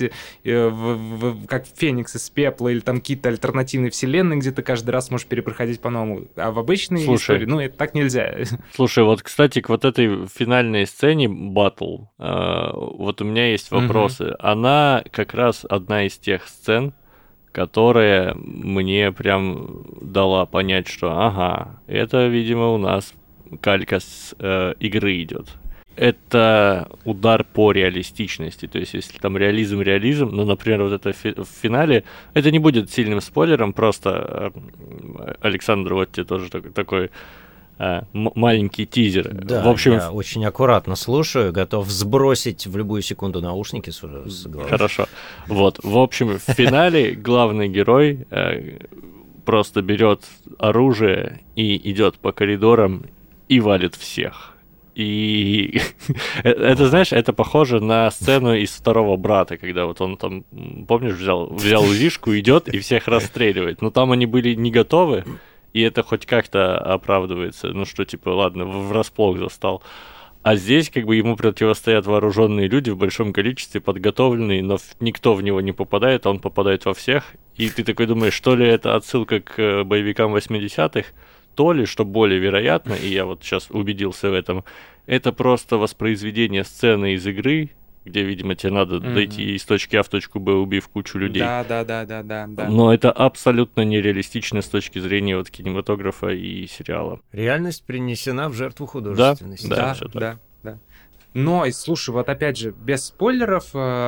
как Феникс из пепла, или там какие-то альтернативные вселенные, где ты каждый раз можешь перепроходить по-новому. А в обычной истории, ну, это так нельзя. Слушай, вот, кстати, к вот этой финальной сцене батл, вот у меня есть вопросы. Она как раз одна из тех сцен, которая мне прям дала понять, что ага, это, видимо, у нас калька с игры идет. Это удар по реалистичности. То есть, если там реализм, ну, например, вот это в финале, это не будет сильным спойлером, просто Александр, вот тебе тоже такой маленький тизер. Да, в общем, я очень аккуратно слушаю, готов сбросить в любую секунду наушники с головы. Хорошо. Вот, в общем, в финале главный герой просто берет оружие и идет по коридорам и валит всех. И это, знаешь, это похоже на сцену из «Второго брата», когда вот он там, помнишь, взял УЗИшку, идет и всех расстреливает. Но там они были не готовы, и это хоть как-то оправдывается. Ну что, типа, ладно, врасплох застал. А здесь как бы ему противостоят вооруженные люди в большом количестве, подготовленные, но никто в него не попадает, а он попадает во всех. И ты такой думаешь, что ли это отсылка к боевикам 80-х, то ли, что более вероятно, и я вот сейчас убедился в этом, это просто воспроизведение сцены из игры, где, видимо, тебе надо дойти из точки А в точку Б, убив кучу людей. Да. Но это абсолютно нереалистично с точки зрения вот кинематографа и сериала. Реальность принесена в жертву художественности. Да. Но, слушай, вот опять же, без спойлеров,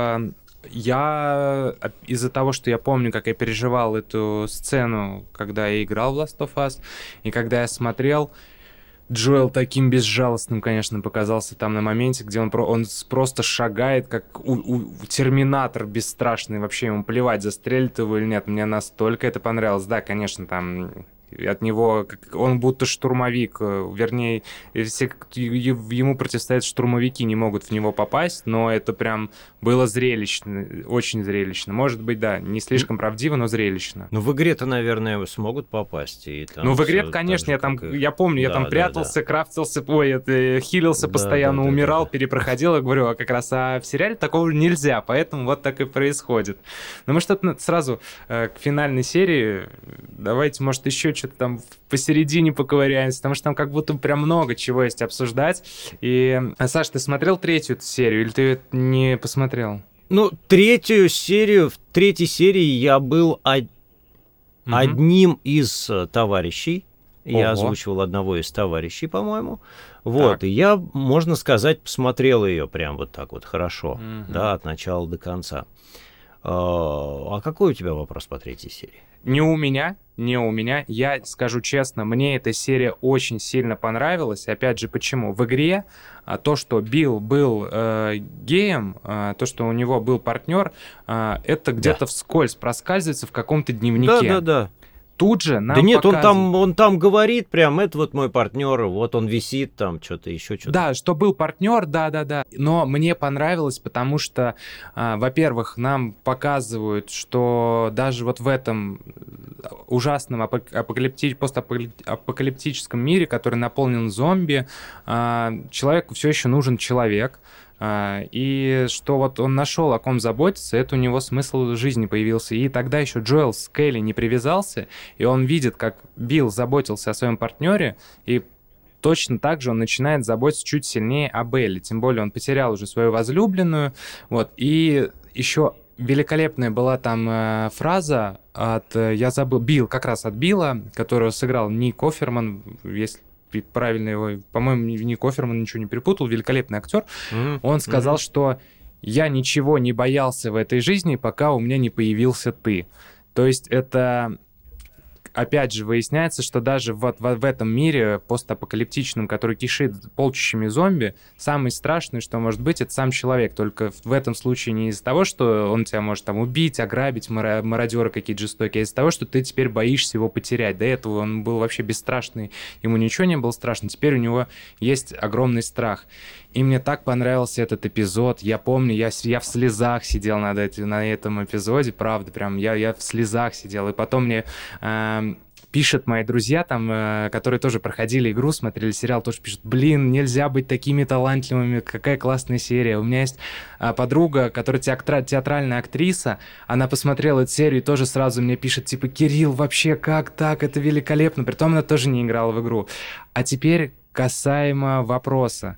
я из-за того, что я помню, как я переживал эту сцену, когда я играл в Last of Us, и когда я смотрел, Джоэл таким безжалостным, конечно, показался там на моменте, где он просто шагает, как терминатор бесстрашный, вообще ему плевать, застрелит его или нет. Мне настолько это понравилось. Да, конечно, там от него, он будто штурмовик, вернее, все ему противостоят штурмовики, не могут в него попасть, но это прям было зрелищно, очень зрелищно. Может быть, да, не слишком правдиво, но зрелищно. Ну, в игре-то, наверное, смогут попасть. И там ну, в игре, конечно, я помню, я там прятался, крафтился, хилился постоянно, умирал, перепроходил, я говорю, а как раз в сериале такого нельзя, поэтому вот так и происходит. Но мы что-то сразу к финальной серии, давайте, может, еще что-то там посередине поковыряемся, потому что там как будто прям много чего есть обсуждать. И, Саш, ты смотрел третью серию или ты ее не посмотрел? Ну, в третьей серии я был одним из товарищей. Я озвучивал одного из товарищей, по-моему. Вот, так. И я, можно сказать, посмотрел ее прям вот так вот хорошо, да, от начала до конца. А какой у тебя вопрос по третьей серии? Не у меня. Я скажу честно, мне эта серия очень сильно понравилась. Опять же, почему? В игре то, что Билл был геем, то, что у него был партнер, это где-то вскользь проскальзывается в каком-то дневнике. Да. Тут же нам Да нет, показывают... он там говорит прям, это вот мой партнер, вот он висит там, что-то еще, что-то. Да, что был партнер, да. Но мне понравилось, потому что, во-первых, нам показывают, что даже вот в этом ужасном постапокалиптическом мире, который наполнен зомби, человеку все еще нужен человек. И что вот он нашел, о ком заботиться, это у него смысл жизни появился. И тогда еще Джоэл с Келли не привязался, и он видит, как Билл заботился о своем партнере, и точно так же он начинает заботиться чуть сильнее о Белле. Тем более он потерял уже свою возлюбленную. Вот. И еще великолепная была там фраза я забыл, Билл, как раз от Билла, которого сыграл Ник Офферман, если правильно его, по-моему, Ник Офферман ничего не перепутал, великолепный актер. Он сказал, что я ничего не боялся в этой жизни, пока у меня не появился ты. То есть это... Опять же, выясняется, что даже вот в этом мире постапокалиптичном, который кишит полчищами зомби, самое страшное, что может быть, это сам человек. Только в этом случае не из-за того, что он тебя может там убить, ограбить, мародеры какие-то жестокие, а из-за того, что ты теперь боишься его потерять. До этого он был вообще бесстрашный, ему ничего не было страшно. Теперь у него есть огромный страх. И мне так понравился этот эпизод. Я помню, я в слезах сидел на этом эпизоде, правда, прям я в слезах сидел. И потом мне пишут мои друзья, там, которые тоже проходили игру, смотрели сериал, тоже пишут: блин, нельзя быть такими талантливыми, какая классная серия. У меня есть подруга, которая театральная актриса, она посмотрела эту серию и тоже сразу мне пишет, типа: Кирилл, вообще как так? Это великолепно. Притом она тоже не играла в игру. А теперь касаемо вопроса.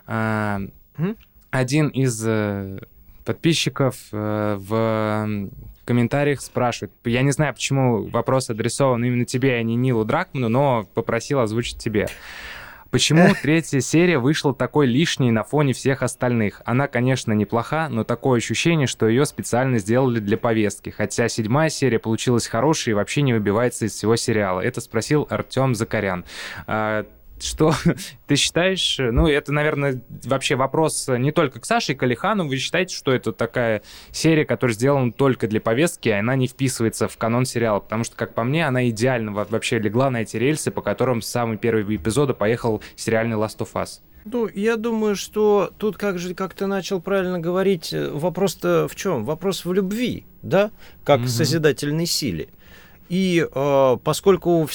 Один из подписчиков в комментариях спрашивает, я не знаю, почему вопрос адресован именно тебе, а не Нилу Дракману, но попросил озвучить тебе. Почему третья серия вышла такой лишней на фоне всех остальных? Она, конечно, неплоха, но такое ощущение, что ее специально сделали для повестки, хотя 7-я серия получилась хорошей и вообще не выбивается из всего сериала. Это спросил Артем Закарян. Что ты считаешь? Ну, это, наверное, вообще вопрос не только к Саше и к Алихану. Вы считаете, что это такая серия, которая сделана только для повестки, а она не вписывается в канон сериала? Потому что, как по мне, она идеально вообще легла на эти рельсы, по которым с самого первого эпизода поехал сериальный Last of Us. Ну, я думаю, что тут, как ты начал правильно говорить, вопрос-то в чем? Вопрос в любви, да? Как в созидательной силе. И поскольку в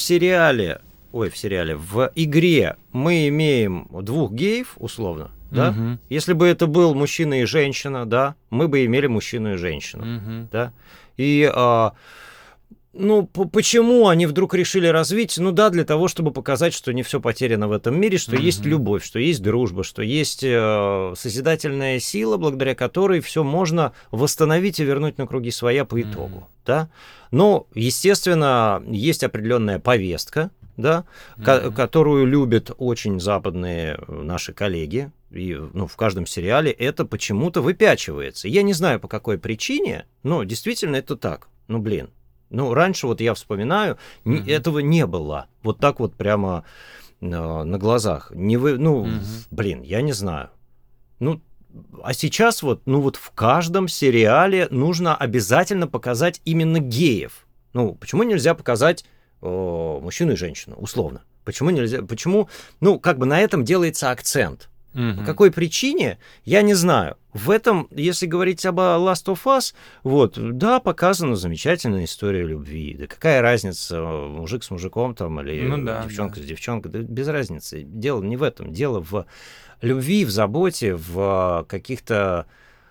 игре мы имеем двух геев, условно, да? Если бы это был мужчина и женщина, да, мы бы имели мужчину и женщину, да? И, почему они вдруг решили развить? Ну да, для того, чтобы показать, что не все потеряно в этом мире, что есть любовь, что есть дружба, что есть созидательная сила, благодаря которой все можно восстановить и вернуть на круги своя по итогу, да? Но, естественно, есть определенная повестка, да, которую любят очень западные наши коллеги, и в каждом сериале это почему-то выпячивается. Я не знаю, по какой причине, но действительно это так. Раньше, я вспоминаю, этого не было. Вот так вот прямо на глазах. Я не знаю. А сейчас в каждом сериале нужно обязательно показать именно геев. Почему нельзя показать мужчину и женщину, условно? Почему нельзя? Почему? На этом делается акцент. По какой причине, я не знаю. В этом, если говорить об Last of Us, да, показана замечательная история любви. Да какая разница, мужик с мужиком там, или девчонка с девчонкой, да без разницы. Дело не в этом. Дело в любви, в заботе, в каких-то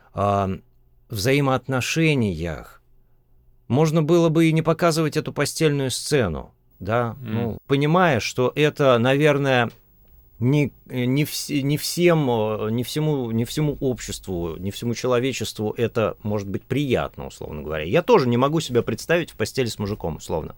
взаимоотношениях. Можно было бы и не показывать эту постельную сцену, да, понимая, что это, наверное, не всему обществу, не всему человечеству это может быть приятно, условно говоря. Я тоже не могу себя представить в постели с мужиком, условно.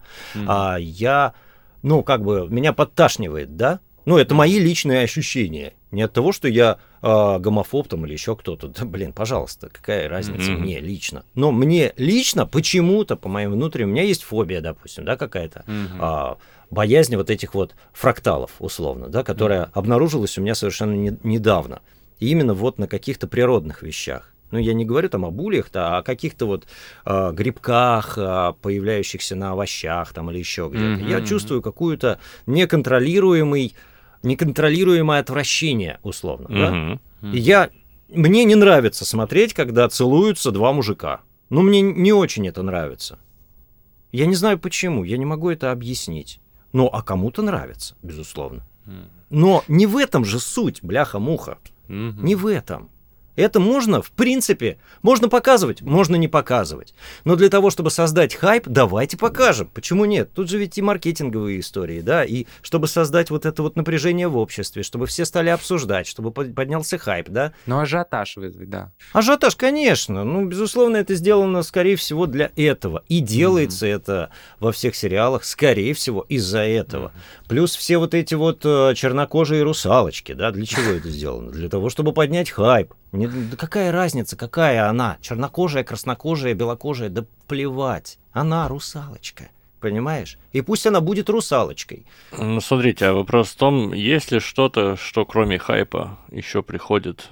Меня подташнивает, да? Это мои личные ощущения. Не от того, что я гомофоб там или еще кто-то. Да, пожалуйста, какая разница мне лично. Но мне лично почему-то, по моим внутренним, у меня есть фобия, допустим, да, какая-то. Боязнь вот этих фракталов, условно, да, которая обнаружилась у меня совершенно недавно. И именно на каких-то природных вещах. Я не говорю там об ульях, а о каких-то грибках, появляющихся на овощах там, или еще где-то. Я чувствую какую-то неконтролируемое отвращение, условно. Да? И мне не нравится смотреть, когда целуются два мужика. Мне не очень это нравится. Я не знаю почему, я не могу это объяснить. А кому-то нравится, безусловно. Но не в этом же суть, бляха-муха. Не в этом. Это можно, в принципе, можно показывать, можно не показывать. Но для того, чтобы создать хайп, давайте покажем. Почему нет? Тут же ведь и маркетинговые истории, да, и чтобы создать вот это вот напряжение в обществе, чтобы все стали обсуждать, чтобы поднялся хайп, да. Ну, ажиотаж вызвать, да. Ажиотаж, конечно. Ну, безусловно, это сделано, скорее всего, для этого. И делается это во всех сериалах, скорее всего, из-за этого. Плюс все вот эти вот чернокожие русалочки, да, для чего это сделано? Для того, чтобы поднять хайп. Да какая разница, какая она? Чернокожая, краснокожая, белокожая? Да плевать. Она русалочка. Понимаешь? И пусть она будет русалочкой. Ну, смотрите, а вопрос в том, есть ли что-то, что кроме хайпа еще приходит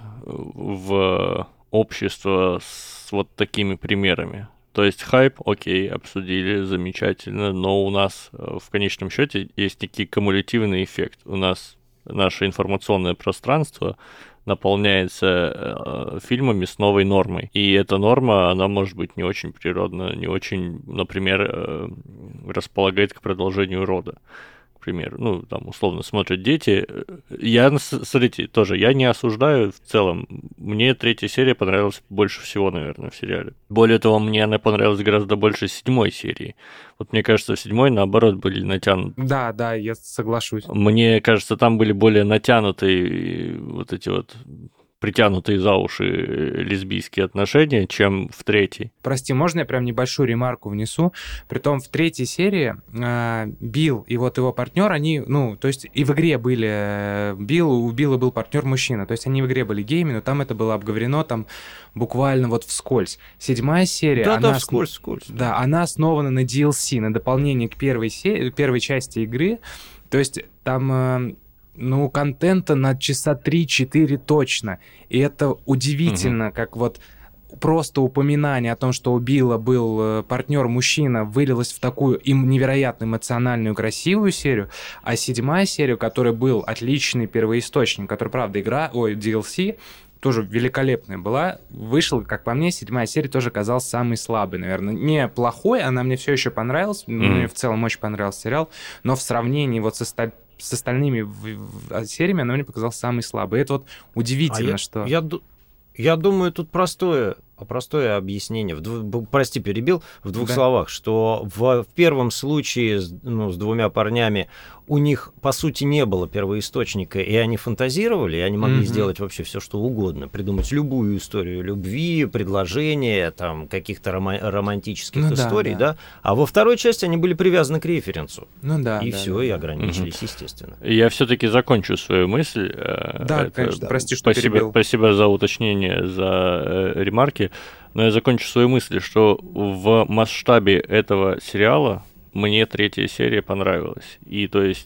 в общество с вот такими примерами? То есть хайп, окей, обсудили, замечательно, но у нас в конечном счете есть некий кумулятивный эффект. У нас наше информационное пространство наполняется фильмами с новой нормой. И эта норма, она может быть не очень природна, не очень, например, располагает к продолжению рода. К примеру, ну, там, условно, смотрят дети. Смотрите, тоже, я не осуждаю в целом. Мне 3-я серия понравилась больше всего, наверное, в сериале. Более того, мне она понравилась гораздо больше 7-й серии. Вот мне кажется, в 7-й, наоборот, были натянуты. Да, я соглашусь. Мне кажется, там были более натянутые вот эти вот притянутые за уши лесбийские отношения, чем в 3-й. Прости, можно я прям небольшую ремарку внесу? Притом в 3-й серии Билл и вот его партнер, они, ну, то есть и в игре были у Билла был партнер мужчина, то есть они в игре были геями, но там это было обговорено там буквально вот вскользь. 7-я серия... Да, вскользь. Да, она основана на DLC, на дополнение к первой части игры, то есть там... Ну, контента на часа 3-4 точно. И это удивительно, как вот просто упоминание о том, что у Билла был партнер-мужчина, вылилось в такую невероятно эмоциональную, красивую серию. А 7-я серия, у которой был отличный первоисточник, который, правда, DLC, тоже великолепная была. Вышла, как по мне, 7-я серия тоже казалась самой слабой, наверное. Не плохой, она мне все еще понравилась. Мне в целом очень понравился сериал. Но в сравнении вот с остальными сериями она мне показалась самой слабой. И это вот удивительно, что... Я думаю, тут простое объяснение. Прости, перебил в двух словах, что в первом случае с 2 парнями у них, по сути, не было первоисточника, и они фантазировали, и они могли сделать вообще все, что угодно, придумать любую историю любви, предложения, там, каких-то романтических историй, да. А во второй части они были привязаны к референсу. И все, и ограничились, естественно. Я все-таки закончу свою мысль. Да, конечно, прости, что перебил. Спасибо за уточнение, за ремарки. Но я закончу свою мысль, что в масштабе этого сериала мне 3-я серия понравилась. И то есть,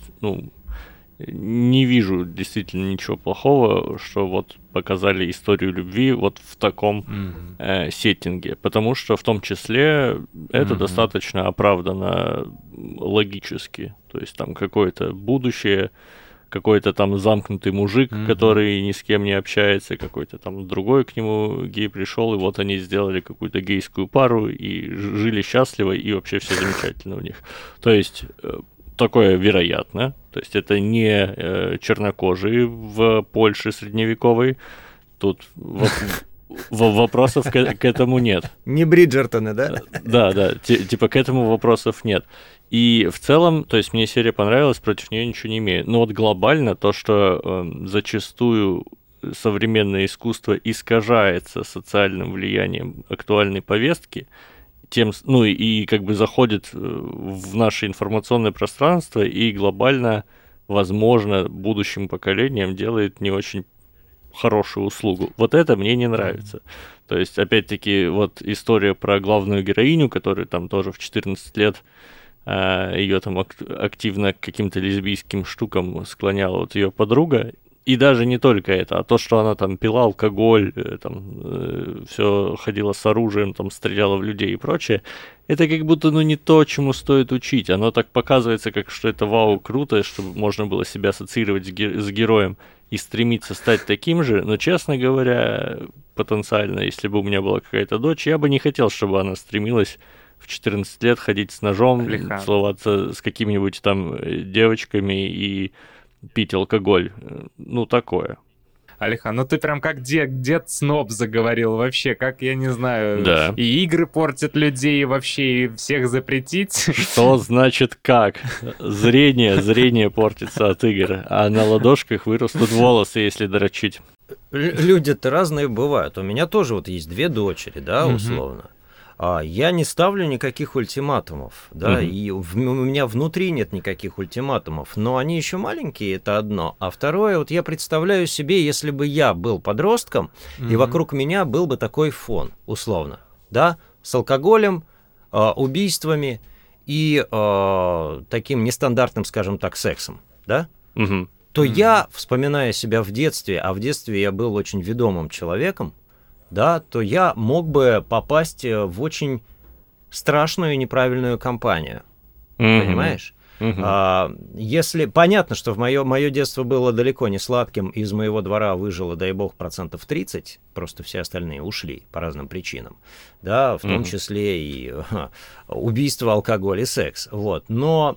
не вижу действительно ничего плохого, что вот показали историю любви вот в таком сеттинге. Потому что в том числе это достаточно оправдано логически. То есть там какое-то будущее, какой-то там замкнутый мужик, который ни с кем не общается, какой-то там другой к нему гей пришел, и вот они сделали какую-то гейскую пару, и жили счастливо, и вообще все замечательно у них. То есть такое вероятно. То есть это не чернокожие в Польше средневековой. Тут вопросов к этому нет. Не Бриджертоны, да? Да, типа к этому вопросов нет. И в целом, то есть мне серия понравилась, против нее ничего не имею. Но вот глобально то, что зачастую современное искусство искажается социальным влиянием актуальной повестки, и как бы заходит в наше информационное пространство и глобально, возможно, будущим поколениям делает не очень хорошую услугу. Вот это мне не нравится. То есть, опять-таки, вот история про главную героиню, которая там тоже в 14 лет ее там активно к каким-то лесбийским штукам склоняла вот ее подруга. И даже не только это, а то, что она там пила алкоголь, там все ходила с оружием, там стреляла в людей и прочее, это как будто не то, чему стоит учить. Оно так показывается, как что это вау, круто, чтобы можно было себя ассоциировать с героем и стремиться стать таким же. Но, честно говоря, потенциально, если бы у меня была какая-то дочь, я бы не хотел, чтобы она стремилась в 14 лет ходить с ножом, целоваться с какими-нибудь там девочками и пить алкоголь. Такое. Алихан, ну ты прям как дед Сноб заговорил вообще, как, я не знаю, да. И игры портят людей, и вообще и всех запретить. Что значит как? Зрение портится от игр, а на ладошках вырастут волосы, если дрочить. Люди-то разные бывают. У меня тоже вот есть 2 дочери, да, условно. Я не ставлю никаких ультиматумов, да, и у меня внутри нет никаких ультиматумов, но они еще маленькие, это одно. А второе, вот я представляю себе, если бы я был подростком, и вокруг меня был бы такой фон, условно, да, с алкоголем, убийствами и таким нестандартным, скажем так, сексом, да, то я, вспоминая себя в детстве, а в детстве я был очень ведомым человеком, да, то я мог бы попасть в очень страшную и неправильную компанию. Понимаешь? Если понятно, что мое детство было далеко не сладким, из моего двора выжило, дай бог, 30%, просто все остальные ушли по разным причинам, да, в том числе и убийство, алкоголь и секс. Вот. Но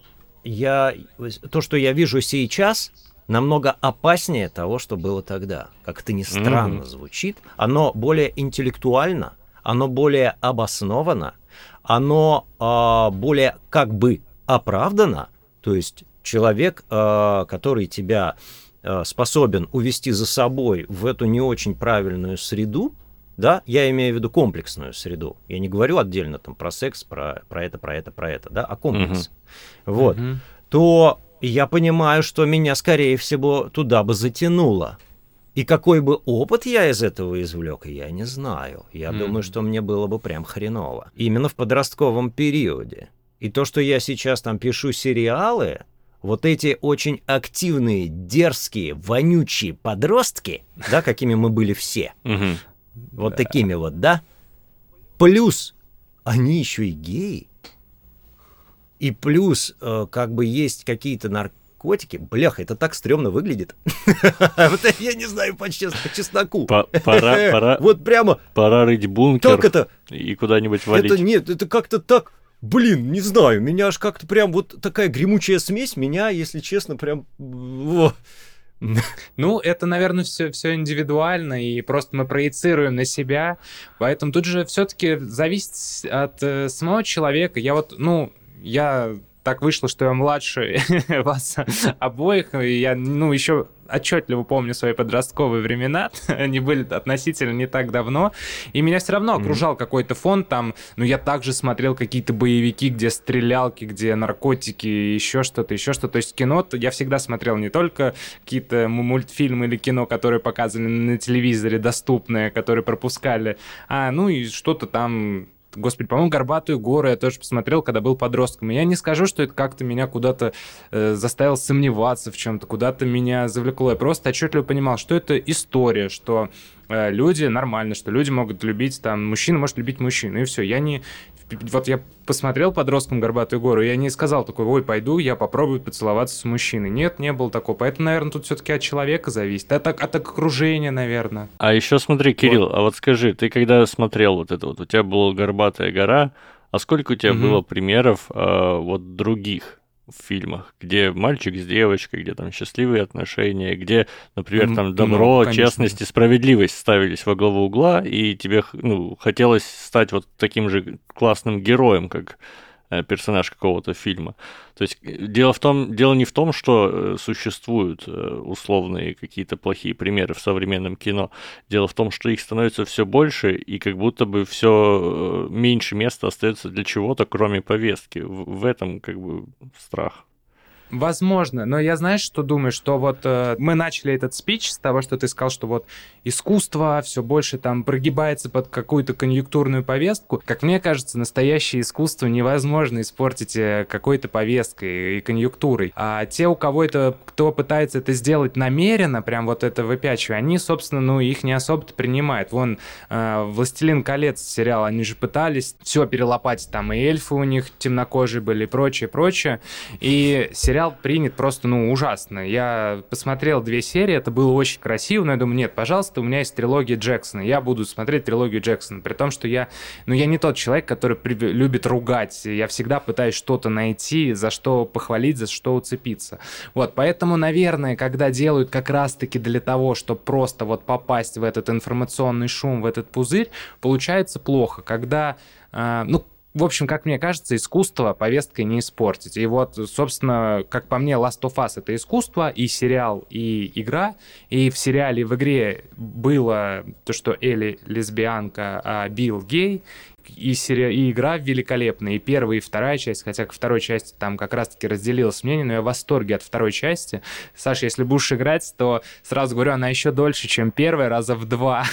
то, что я вижу сейчас, намного опаснее того, что было тогда. Как это ни странно звучит, оно более интеллектуально, оно более обосновано, оно более как бы оправдано. То есть человек, который тебя способен увести за собой в эту не очень правильную среду, да, я имею в виду комплексную среду. Я не говорю отдельно там про секс, про это, да, а комплекс. Вот. То я понимаю, что меня, скорее всего, туда бы затянуло. И какой бы опыт я из этого извлек, я не знаю. Я думаю, что мне было бы прям хреново. Именно в подростковом периоде. И то, что я сейчас там пишу сериалы, вот эти очень активные, дерзкие, вонючие подростки, да, какими мы были все, вот такими вот, да, плюс они еще и геи. И плюс, как бы есть какие-то наркотики. Бляха, это так стрёмно выглядит. Я не знаю, по чесноку. Пора. Вот прямо. Пора рыть бункер. Как это? И куда-нибудь валить. Это нет, это как-то так. Блин, не знаю, меня аж как-то прям вот такая гремучая смесь, меня, если честно, прям... Ну, это, наверное, все индивидуально, и просто мы проецируем на себя. Поэтому тут же все-таки зависит от самого человека. Я так вышло, что я младше вас обоих, и я, еще отчетливо помню свои подростковые времена, они были относительно не так давно, и меня все равно окружал какой-то фон там, я также смотрел какие-то боевики, где стрелялки, где наркотики, еще что-то, то есть кино я всегда смотрел не только какие-то мультфильмы или кино, которые показывали на телевизоре, доступные, которые пропускали, и что-то там... Господи, по-моему, «Горбатую гору» я тоже посмотрел, когда был подростком. И я не скажу, что это как-то меня куда-то заставило сомневаться в чем-то, куда-то меня завлекло. Я просто отчетливо понимал, что это история, что люди нормально, что люди могут любить, мужчина может любить мужчину, и все. Вот я посмотрел подростком «Горбатую гору», и я не сказал такой, ой, пойду, я попробую поцеловаться с мужчиной. Нет, не было такого. Поэтому, наверное, тут все-таки от человека зависит, от окружения, наверное. А еще смотри, Кирилл, а вот скажи, ты когда смотрел вот это вот, у тебя была «Горбатая гора», а сколько у тебя было примеров вот других в фильмах, где мальчик с девочкой, где там счастливые отношения, где, например, там добро, честность и справедливость ставились во главу угла, и тебе хотелось стать вот таким же классным героем, как персонаж какого-то фильма. То есть дело не в том, что существуют условные какие-то плохие примеры в современном кино. Дело в том, что их становится все больше, и как будто бы все меньше места остается для чего-то, кроме повестки. В этом как бы страх. Возможно, но я, знаешь, что думаю, что вот мы начали этот спич с того, что ты сказал, что вот искусство все больше там прогибается под какую-то конъюнктурную повестку. Как мне кажется, настоящее искусство невозможно испортить какой-то повесткой и конъюнктурой. А те, кто пытается это сделать намеренно, прям вот это выпячивая, они, собственно, их не особо-то принимают. Вон, «Властелин колец» сериал, они же пытались все перелопатить, там и эльфы у них темнокожие были, и прочее. И сериал сериал принят просто, ужасно. Я посмотрел 2 серии, это было очень красиво, но я думаю, нет, пожалуйста, у меня есть трилогия Джексона, я буду смотреть трилогию Джексона, при том, что я не тот человек, который любит ругать, я всегда пытаюсь что-то найти, за что похвалить, за что уцепиться. Вот, поэтому, наверное, когда делают как раз-таки для того, чтобы просто вот попасть в этот информационный шум, в этот пузырь, получается плохо, когда, в общем, как мне кажется, искусство повесткой не испортить. И вот, собственно, как по мне, Last of Us — это искусство, и сериал, и игра. И в сериале, и в игре было то, что Элли лесбиянка, а Билл гей. И игра великолепная, и первая, и вторая часть, хотя к второй части там как раз-таки разделилось мнение, но я в восторге от второй части. Саша, если будешь играть, то сразу говорю, она еще дольше, чем первая, раза в 2.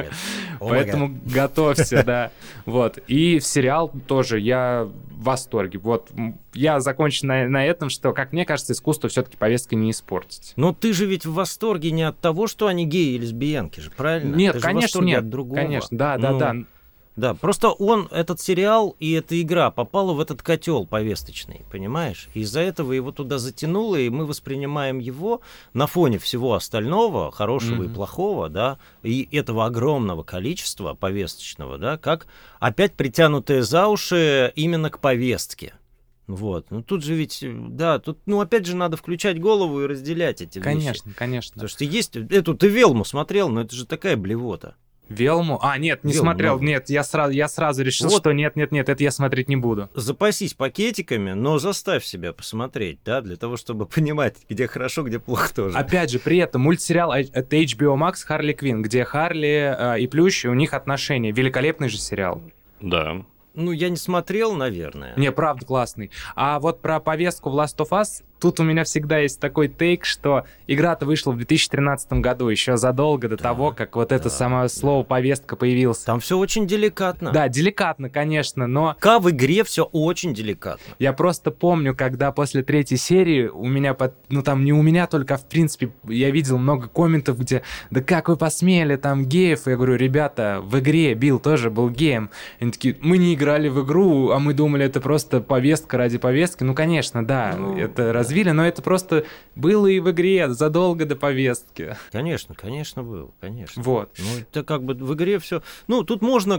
Поэтому готовься, да. Вот. И в сериал тоже я в восторге. Вот. Я закончу на этом, что, как мне кажется, искусство все-таки повесткой не испортить. Но ты же ведь в восторге не от того, что они геи и лесбиянки же, правильно? Нет, конечно, нет. От другого. Конечно, да. Да, просто этот сериал и эта игра попала в этот котел повесточный, понимаешь? И из-за этого его туда затянуло, и мы воспринимаем его на фоне всего остального, хорошего и плохого, да, и этого огромного количества повесточного, да, как опять притянутые за уши именно к повестке. Вот. Тут же ведь, да, тут, опять же, надо включать голову и разделять эти вещи. Конечно. Потому что есть, ты Велму смотрел, но это же такая блевота. Велму? Нет, не Велму, смотрел. Нет, я сразу решил, что нет, это я смотреть не буду. Запасись пакетиками, но заставь себя посмотреть, да, для того, чтобы понимать, где хорошо, где плохо тоже. Опять же, при этом мультсериал от HBO Max «Харли Квинн», где Харли и Плющ, у них отношения. Великолепный же сериал. Да. Я не смотрел, наверное. Не, правда классный. А вот про повестку в Last of Us, тут у меня всегда есть такой тейк, что игра-то вышла в 2013 году, еще задолго до того, как вот это самое слово «повестка» появилось. Там все очень деликатно. Да, деликатно, конечно, но... В игре все очень деликатно. Я просто помню, когда после 3-й серии у меня, там не у меня только, в принципе, я видел много комментов, где «Да как вы посмели, там геев?» Я говорю, ребята, в игре Билл тоже был геем. Они такие, мы не играли в игру, а мы думали, это просто повестка ради повестки. Конечно, да, это развили, но это просто было и в игре задолго до повестки. Конечно, было, конечно. Вот. Это в игре все... тут можно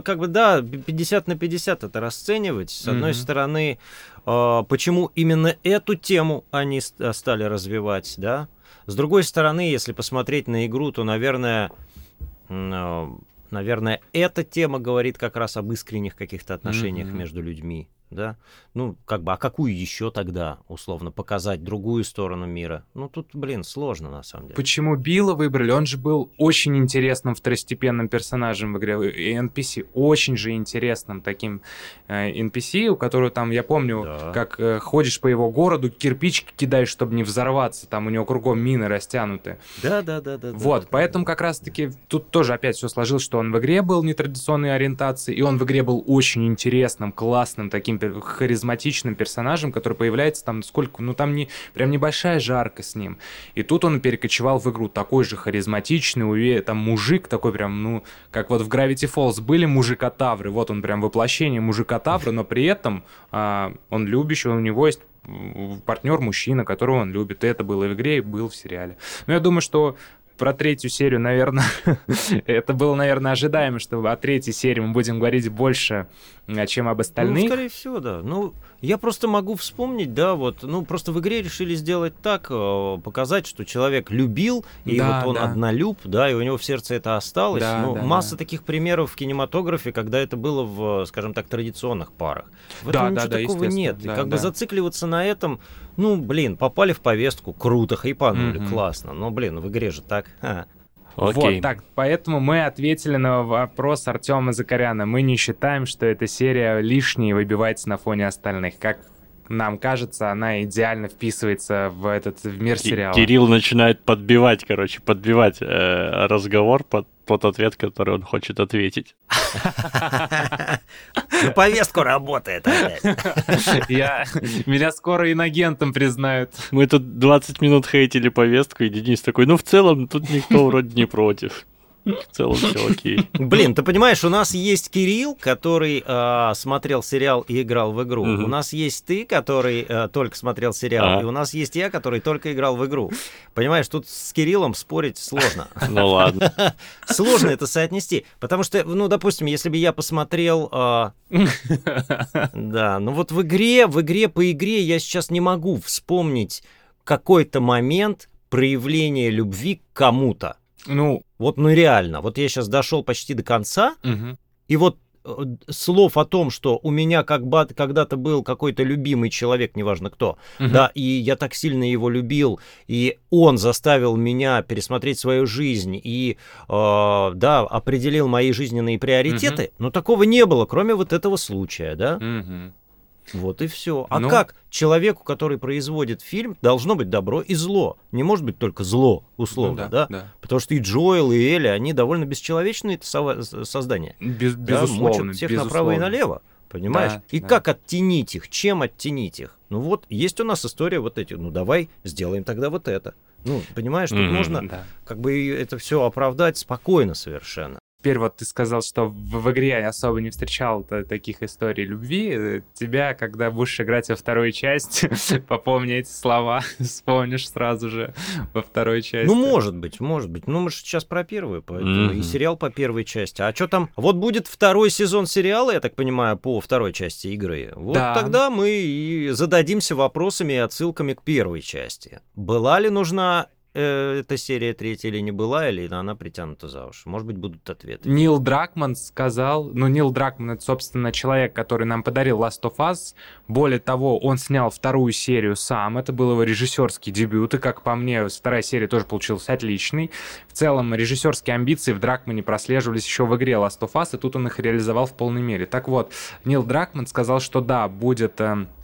50 на 50 это расценивать. С одной стороны, почему именно эту тему они стали развивать, да? С другой стороны, если посмотреть на игру, то, наверное, эта тема говорит как раз об искренних каких-то отношениях между людьми, да? А какую еще тогда, условно, показать другую сторону мира? Тут, сложно, на самом деле. Почему Билла выбрали? Он же был очень интересным второстепенным персонажем в игре. И NPC, очень же интересным таким NPC, у которого там, я помню, как ходишь по его городу, кирпичики кидаешь, чтобы не взорваться, там у него кругом мины растянуты. Да. Вот, поэтому как раз-таки тут тоже опять все сложилось, что он в игре был нетрадиционной ориентации, и он в игре был очень интересным, классным, таким харизматичным персонажем, который появляется там там прям небольшая жарка с ним. И тут он перекочевал в игру такой же харизматичный, там мужик такой прям, как вот в Gravity Falls были мужикотавры, вот он прям воплощение мужикотавра, но при этом он любящий, у него есть партнер мужчина, которого он любит. И это было и в игре, и был в сериале. Но я думаю, что про 3-ю серию, наверное, это было, наверное, ожидаемо, что о 3-й серии мы будем говорить больше, чем об остальных. Скорее всего, да. Я просто могу вспомнить, просто в игре решили сделать так, показать, что человек любил, и он однолюб, да, и у него в сердце это осталось. Масса таких примеров в кинематографе, когда это было в, скажем так, традиционных парах. В этом ничего такого нет. И зацикливаться на этом, попали в повестку, круто, хайпанули, классно. Но, в игре же так. Вот, так, поэтому мы ответили на вопрос Артема Закаряна. Мы не считаем, что эта серия лишняя и выбивается на фоне остальных. Как нам кажется, она идеально вписывается в мир сериала. Кирилл начинает подбивать разговор под тот ответ, который он хочет ответить. На повестку работает опять. Меня скоро инагентом признают. Мы тут 20 минут хейтили повестку, и Денис такой, в целом тут никто вроде не против. В целом все окей. Блин, ты понимаешь, у нас есть Кирилл, который смотрел сериал и играл в игру. У нас есть ты, который только смотрел сериал, и у нас есть я, который только играл в игру. Понимаешь, тут с Кириллом спорить сложно. Ну ладно. Сложно это соотнести, потому что, ну, допустим, если бы я посмотрел... Да, ну вот в игре, по игре я сейчас не могу вспомнить какой-то момент проявления любви к кому-то. Ну, вот, ну реально. Вот я сейчас дошел почти до конца, и вот слов о том, что у меня когда-то был какой-то любимый человек, неважно кто, да, и я так сильно его любил, и он заставил меня пересмотреть свою жизнь и, да, определил мои жизненные приоритеты, но такого не было, кроме вот этого случая, да. Вот и все. А как человеку, который производит фильм, должно быть добро и зло? Не может быть только зло, условно, да? Потому что и Джоэл, и Элли, они довольно бесчеловечные создания. Безусловно. Мочат всех направо и налево, понимаешь? Да, и как оттенить их? Чем оттенить их? Ну вот, есть у нас история вот эти, ну давай сделаем тогда вот это. Ну, понимаешь, тут можно как бы это все оправдать спокойно совершенно. Теперь вот ты сказал, что в игре я особо не встречал таких историй любви. Тебя, когда будешь играть во вторую часть, попомни эти слова, вспомнишь сразу же во второй части. Ну, может быть. Ну, мы же сейчас про первую, поэтому и сериал по первой части. А что там? Вот будет второй сезон сериала, я так понимаю, по второй части игры. Вот тогда мы и зададимся вопросами и отсылками к первой части. Была ли нужна эта серия третья или не была, или она притянута за уши? Может быть, будут ответы. Нил Дракман сказал... Ну, Нил Дракман — это, собственно, человек, который нам подарил Last of Us. Более того, он снял вторую серию сам. Это был его режиссерский дебют. И, как по мне, вторая серия тоже получилась отличной. В целом, режиссерские амбиции в Дракмане прослеживались еще в игре Last of Us, и тут он их реализовал в полной мере. Так вот, Нил Дракман сказал, что да, будет...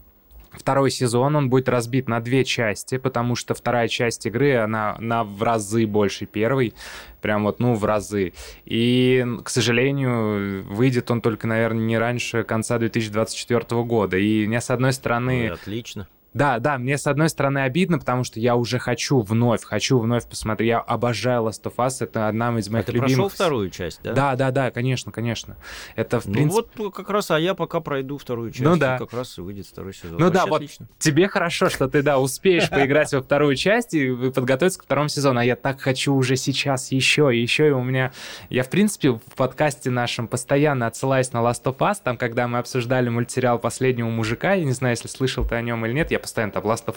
Второй сезон, он будет разбит на две части, потому что вторая часть игры, она в разы больше первой, прям вот, ну, в разы. И, к сожалению, выйдет он только, наверное, не раньше конца 2024 года. И мне, с одной стороны... Ну, отлично. Да, мне с одной стороны обидно, потому что я уже хочу вновь посмотреть. Я обожаю Last of Us, это одна из моих любимых. Ты прошел вторую часть, да? Да, конечно. Это, в принципе... Ну вот как раз, а я пока пройду вторую часть, ну, да. И как раз выйдет второй сезон. Ну вообще да, вот отлично. тебе хорошо, что ты, успеешь поиграть во вторую часть и подготовиться к второму сезону, а я так хочу уже сейчас еще, и у меня... Я, в принципе, в подкасте нашем постоянно отсылаюсь на Last of Us, там, когда мы обсуждали мультсериал «Последнего мужика», я не знаю, если слышал ты о нем или нет, я постоянно там Last of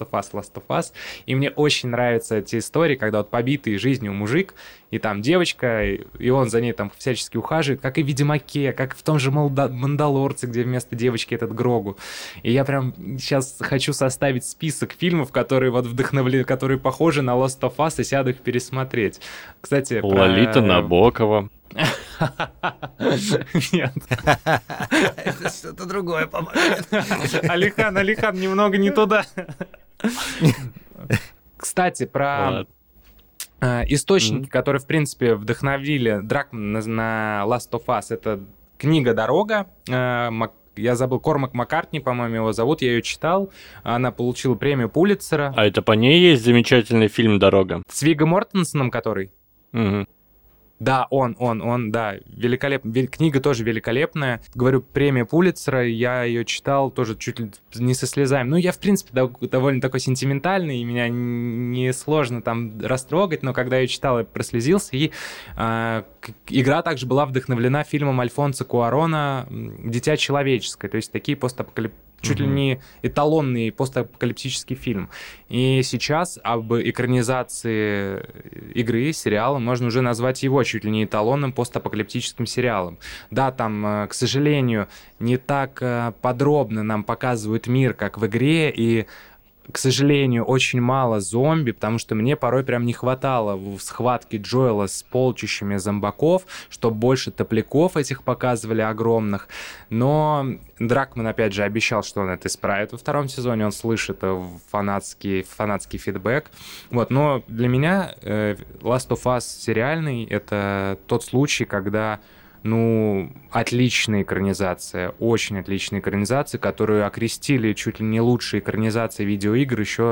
Us, и мне очень нравятся эти истории, когда вот побитый жизнью мужик, и там девочка, и он за ней там всячески ухаживает, как и в «Ведьмаке», как в том же «Мандалорце», где вместо девочки этот Грогу. И я прям сейчас хочу составить список фильмов, которые вот вдохновлены, которые похожи на Last of Us, и сяду их пересмотреть. Кстати, Лолита Набокова. Нет. Это что-то другое, по-моему. Алихан, немного не туда. Кстати, про источники, которые, в принципе, вдохновили Дракмана на Last of Us, это книга «Дорога». Я забыл, Кормак Маккартни, по-моему, его зовут, я ее читал. Она получила премию Пулитцера. А это по ней есть замечательный фильм «Дорога»? С Вигго Мортенсеном, который? Угу. Да, он, да, великолепный. Книга тоже великолепная. Говорю, премия Пулитцера, я ее читал тоже чуть ли не со слезами. Ну, я, в принципе, довольно такой сентиментальный, и меня не сложно там растрогать, но когда я читал, я прослезился. И игра также была вдохновлена фильмом Альфонсо Куарона «Дитя человеческое», то есть такие чуть ли не эталонный постапокалиптический фильм. И сейчас об экранизации игры, сериала, можно уже назвать его чуть ли не эталонным постапокалиптическим сериалом. Да, там, к сожалению, не так подробно нам показывают мир, как в игре, и к сожалению, очень мало зомби, потому что мне порой прям не хватало в схватке Джоэла с полчищами зомбаков, чтобы больше топляков этих показывали огромных. Но Дракман, опять же, обещал, что он это исправит во втором сезоне, он слышит фанатский фидбэк. Вот, но для меня Last of Us сериальный — это тот случай, когда отличная экранизация, очень отличная экранизация, которую окрестили чуть ли не лучшей экранизацией видеоигр еще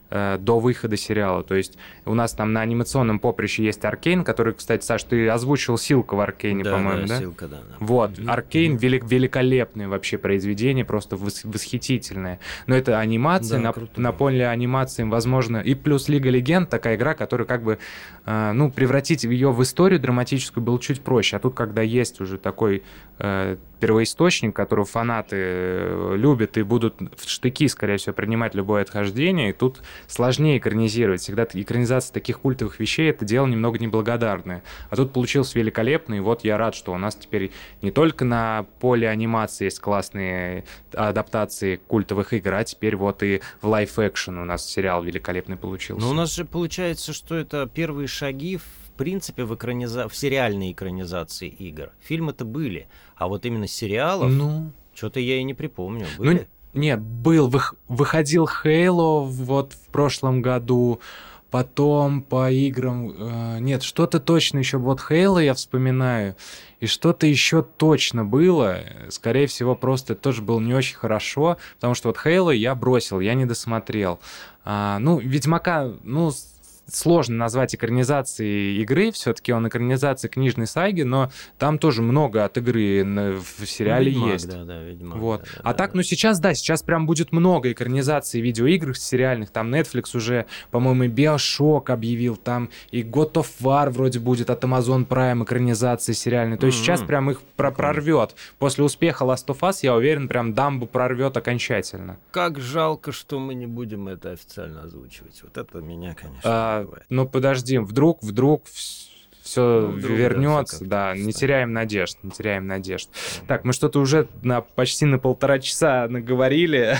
до выхода сериала. То есть у нас там на анимационном поприще есть Аркейн, который, кстати, Саш, ты озвучил Силка в Аркейне, по-моему, да? Силка, да. Вот, Аркейн великолепное вообще произведение, просто восхитительное. Но это анимация, на поле анимации, возможно, и плюс Лига Легенд, такая игра, которая как бы, превратить ее в историю драматическую было чуть проще. А тут, когда есть уже такой первоисточник, которого фанаты любят и будут в штыки, скорее всего, принимать любое отхождение, и тут сложнее экранизировать. Всегда экранизация таких культовых вещей — это дело немного неблагодарное. А тут получилось великолепно, и вот я рад, что у нас теперь не только на поле анимации есть классные адаптации культовых игр, а теперь вот и в лайв-экшен у нас сериал великолепный получился. Но у нас же получается, что это первые шаги в принципе в сериальной экранизации игр. Фильмы-то были, а вот именно сериалов что-то я и не припомню. Были? Нет, выходил Halo вот в прошлом году, потом по играм... Нет, что-то точно еще. Вот Halo я вспоминаю, и что-то еще точно было. Скорее всего, просто это тоже было не очень хорошо, потому что вот Halo я бросил, я не досмотрел. Ведьмака, сложно назвать экранизацией игры, все-таки он экранизация книжной саги, но там тоже много от игры в сериале Ведьмак, есть. Да, Ведьмак. Вот. Да, сейчас прям будет много экранизаций видеоигр сериальных. Там Netflix уже, по-моему, и BioShock объявил, там и God of War вроде будет от Amazon Prime экранизации сериальной. То есть сейчас прям их прорвет. После успеха Last of Us, я уверен, прям дамбу прорвет окончательно. Как жалко, что мы не будем это официально озвучивать. Вот это меня, конечно, подожди, вдруг все вернется, не теряем надежд. Так, мы что-то уже почти на 1,5 часа наговорили,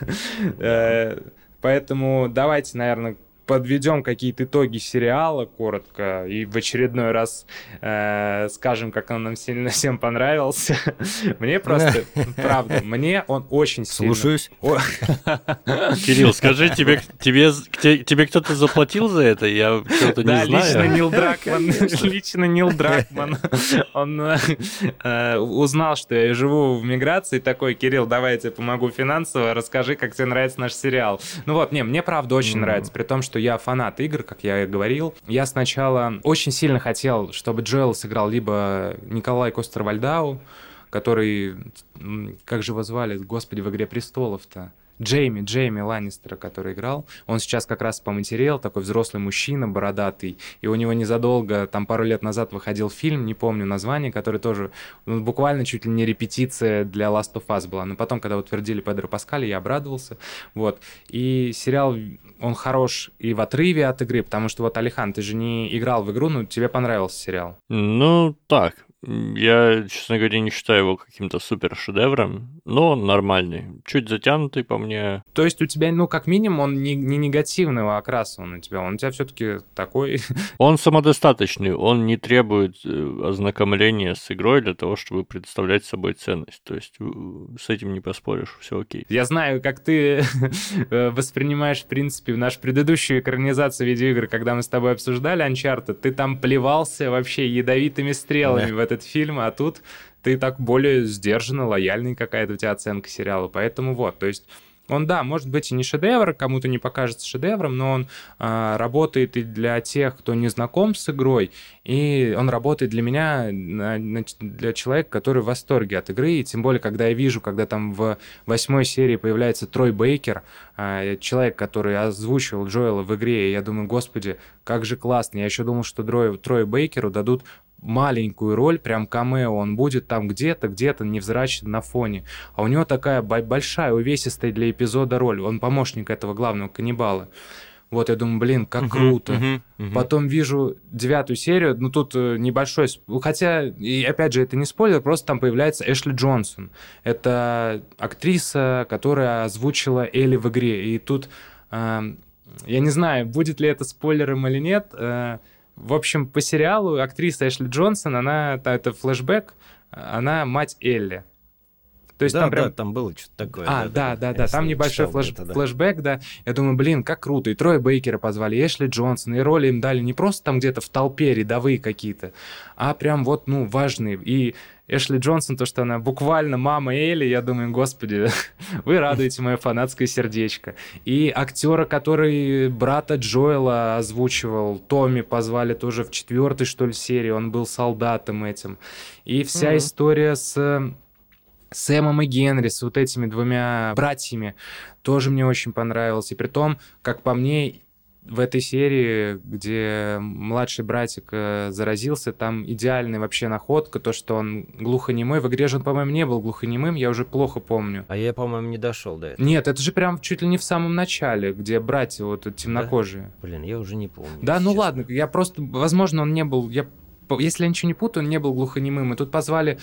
поэтому давайте, наверное, подведем какие-то итоги сериала коротко и в очередной раз скажем, как он нам сильно всем понравился. Мне просто, правда, мне он очень сильно... Слушаюсь. Кирилл, скажи, тебе кто-то заплатил за это? Я что-то не знаю. Лично Нил Дракман. Он узнал, что я живу в миграции, такой: Кирилл, давай я тебе помогу финансово, расскажи, как тебе нравится наш сериал. Мне правда очень нравится, при том, что я фанат игр, как я и говорил. Я сначала очень сильно хотел, чтобы Джоэл сыграл либо Николай Костер-Вальдау, который, как же его звали, господи, в «Игре престолов»-то? Джейми Ланнистера, который играл. Он сейчас как раз поматерел, такой взрослый мужчина, бородатый. И у него незадолго, пару лет назад выходил фильм, не помню название, который тоже буквально чуть ли не репетиция для Last of Us была. Но потом, когда утвердили Педро Паскаля, я обрадовался. Вот. И сериал, он хорош и в отрыве от игры, потому что вот, Алихан, ты же не играл в игру, но тебе понравился сериал. Так. Я, честно говоря, не считаю его каким-то супер шедевром, но он нормальный, чуть затянутый по мне. То есть у тебя, как минимум, он не негативного окраса он у тебя все-таки такой... Он самодостаточный, он не требует ознакомления с игрой для того, чтобы представлять собой ценность. То есть с этим не поспоришь, все окей. Я знаю, как ты воспринимаешь, в принципе, нашу предыдущую экранизацию видеоигр, когда мы с тобой обсуждали Uncharted, ты там плевался вообще ядовитыми стрелами в этот фильм, а тут ты так более сдержанно, лояльный, какая-то у тебя оценка сериала. Поэтому то есть он, может быть и не шедевр, кому-то не покажется шедевром, но он работает и для тех, кто не знаком с игрой, и он работает для меня, для человека, который в восторге от игры, и тем более, когда я вижу, когда там в 8 серии появляется Трой Бейкер, человек, который озвучивал Джоэла в игре, и я думаю, господи, как же классно. Я еще думал, что Трою Бейкеру дадут маленькую роль, прям камео, он будет там где-то невзрачен на фоне. А у него такая большая, увесистая для эпизода роль. Он помощник этого главного каннибала. Вот, я думаю, как круто. Потом вижу 9 серию, тут небольшой... Хотя, и опять же, это не спойлер, просто там появляется Эшли Джонсон. Это актриса, которая озвучила Элли в игре. И тут, я не знаю, будет ли это спойлером или нет. В общем, по сериалу актриса Эшли Джонсон, это флешбэк, она мать Элли. То есть там прям... там было что-то такое. Да, там небольшой флешбэк, да. Я думаю, блин, как круто. И Троя Бейкера позвали, и Эшли Джонсон, и роли им дали не просто там где-то в толпе рядовые какие-то, а прям вот, ну, важные. И Эшли Джонсон, то, что она буквально мама Элли, я думаю, господи, вы радуете мое фанатское сердечко. И актера, который брата Джоэла озвучивал, Томми, позвали тоже в 4-й, что ли, серии, он был солдатом этим. И вся история с Сэмом и Генри, с вот этими двумя братьями, тоже мне очень понравилось. И при том, как по мне, в этой серии, где младший братик заразился, там идеальная вообще находка, то, что он глухонемой. В игре же он, по-моему, не был глухонемым, я уже плохо помню. А я, по-моему, не дошел до этого. Нет, это же прям чуть ли не в самом начале, где братья вот темнокожие. Да? Блин, я уже не помню. Да, ну честно. Ладно, я просто, возможно, он не был... Если я ничего не путаю, он не был глухонемым. И тут позвали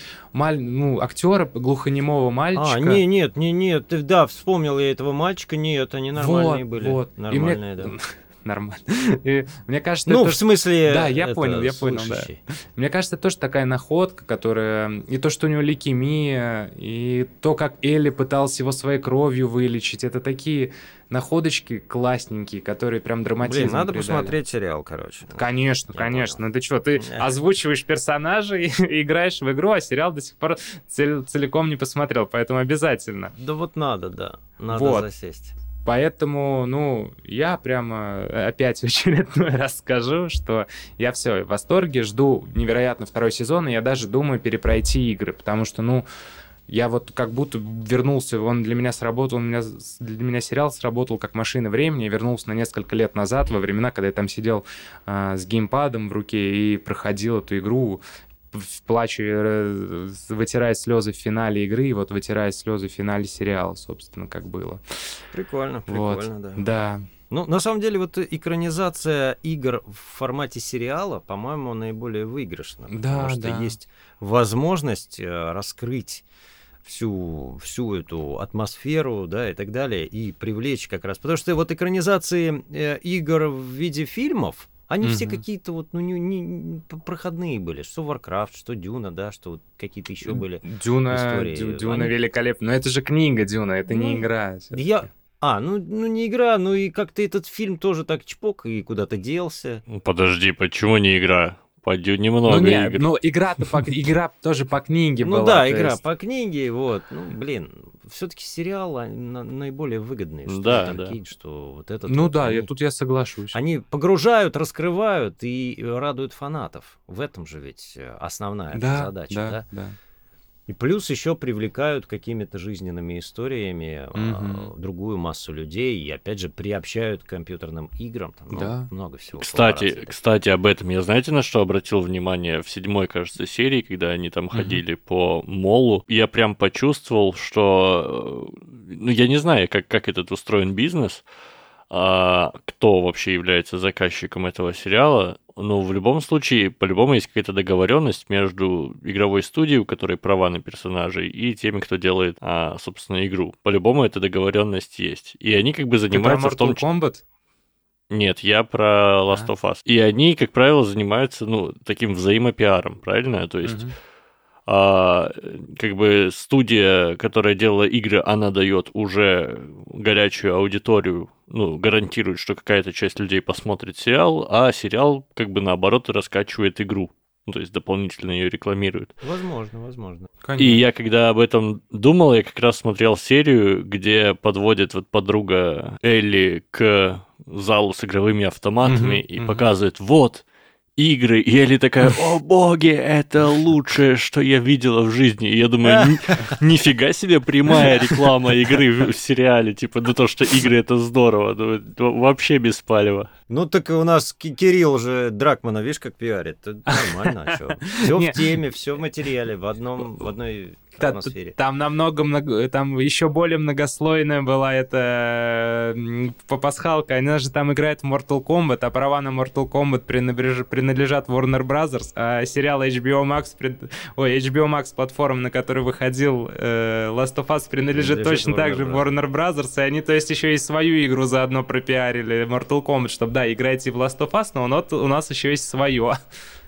актера глухонемого мальчика. Нет, да, вспомнил я этого мальчика. Нет, они нормальные были. Вот. Нормальные, да. Нормально. И мне кажется, в смысле... Да, я понял, да. Мне кажется, это тоже такая находка, которая... И то, что у него лейкемия, и то, как Элли пыталась его своей кровью вылечить, это такие находочки классненькие, которые прям драматизм придали. Надо посмотреть сериал, короче. Конечно. Ну ты что, ты озвучиваешь персонажей и играешь в игру, а сериал до сих пор целиком не посмотрел, поэтому обязательно. Да вот надо засесть. Поэтому, я прямо опять в очередной раз скажу, что я все в восторге, жду невероятно 2-й сезон, и я даже думаю перепройти игры, потому что, я вот как будто вернулся, он для меня сработал, для меня сериал сработал как машина времени, я вернулся на несколько лет назад, во времена, когда я там сидел с геймпадом в руке и проходил эту игру, плачу, вытирая слезы в финале игры, и вот вытирая слезы в финале сериала, собственно, как было. Прикольно, да. Да. На самом деле, вот экранизация игр в формате сериала, по-моему, наиболее выигрышна, потому что есть возможность раскрыть всю эту атмосферу, да, и так далее, и привлечь как раз. Потому что вот экранизации игр в виде фильмов, они все какие-то вот, не проходные были. Что Warcraft, что Дюна, да, что вот какие-то еще были истории. Дюна великолепна. Но это же книга Дюна, это не игра. Не игра, и как-то этот фильм тоже так чпок и куда-то делся. Подожди, почему не игра? По Дюне много игр. Игра тоже по книге была. Да, игра по книге, вот. Все-таки сериал наиболее выгодный. Что вот этот. Тут я соглашусь. Они погружают, раскрывают и радуют фанатов. В этом же ведь основная задача, да? И плюс еще привлекают какими-то жизненными историями другую массу людей и, опять же, приобщают к компьютерным играм. Там, много всего. Кстати, об этом я, знаете, на что обратил внимание в 7-й, кажется, серии, когда они там ходили по молу? Я прям почувствовал, что... я не знаю, как этот устроен бизнес, кто вообще является заказчиком этого сериала, но в любом случае, по-любому есть какая-то договоренность между игровой студией, у которой права на персонажей, и теми, кто делает, собственно, игру. По-любому эта договоренность есть. И они как бы занимаются... Ты про Mortal Kombat? Нет, я про Last of Us. И они, как правило, занимаются, таким взаимопиаром, правильно? То есть... как бы студия, которая делала игры, она дает уже горячую аудиторию, гарантирует, что какая-то часть людей посмотрит сериал, а сериал как бы наоборот раскачивает игру. То есть дополнительно ее рекламирует. Возможно. Конечно. И я когда об этом думал, я как раз смотрел серию, где подводит вот подруга Элли к залу с игровыми автоматами и показывает, игры, и Элли такая: о боги, это лучшее, что я видела в жизни. И я думаю, нифига себе прямая реклама игры в сериале, то, что игры это здорово, вообще без палева. Так у нас Кирилл же Дракмана, видишь, как пиарит, это нормально, а что? Все в теме, все в материале, в одной атмосфере. Там там еще более многослойная была эта пасхалка. Она же там играет в Mortal Kombat, а права на Mortal Kombat принадлежат Warner Brothers, а сериал HBO Max платформа, на которой выходил Last of Us, принадлежит точно так же Warner Brothers, и они, то есть, еще и свою игру заодно пропиарили, Mortal Kombat, чтобы, играйте в Last of Us, но у нас еще есть свое.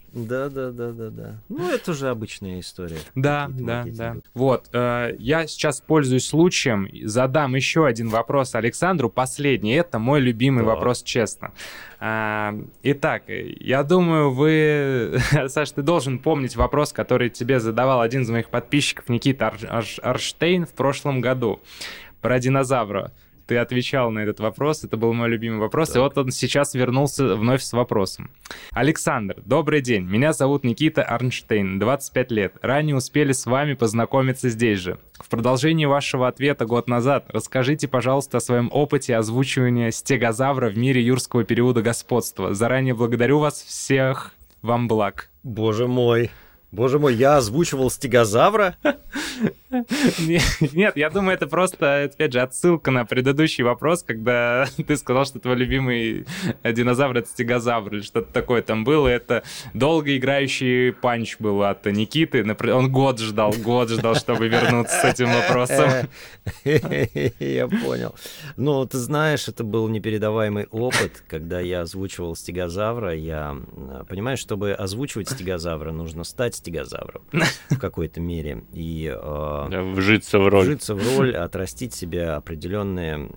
Да. Ну, это уже обычная история. Да. Вот, я сейчас пользуюсь случаем, задам еще один вопрос Александру, последний. Это мой любимый вопрос, честно. Итак, я думаю, Саш, ты должен помнить вопрос, который тебе задавал один из моих подписчиков, Никита Арштейн, в прошлом году про динозавра. Ты отвечал на этот вопрос, это был мой любимый вопрос, и вот он сейчас вернулся вновь с вопросом. Александр, добрый день, меня зовут Никита Арнштейн, 25 лет. Ранее успели с вами познакомиться здесь же. В продолжении вашего ответа год назад расскажите, пожалуйста, о своем опыте озвучивания стегозавра в мире юрского периода господства. Заранее благодарю вас всех, вам благ. Боже мой, я озвучивал стегозавра? Нет, я думаю, это просто, опять же, отсылка на предыдущий вопрос, когда ты сказал, что твой любимый динозавр — это стегозавр или что-то такое там было. Это долгоиграющий панч был от Никиты. Он год ждал, чтобы вернуться с этим вопросом. Я понял. Ну, ты знаешь, это был непередаваемый опыт, когда я озвучивал стегозавра. Понимаешь, чтобы озвучивать стегозавра, нужно стать стегозавром в какой-то мере. И вжиться в роль, отрастить себе определенные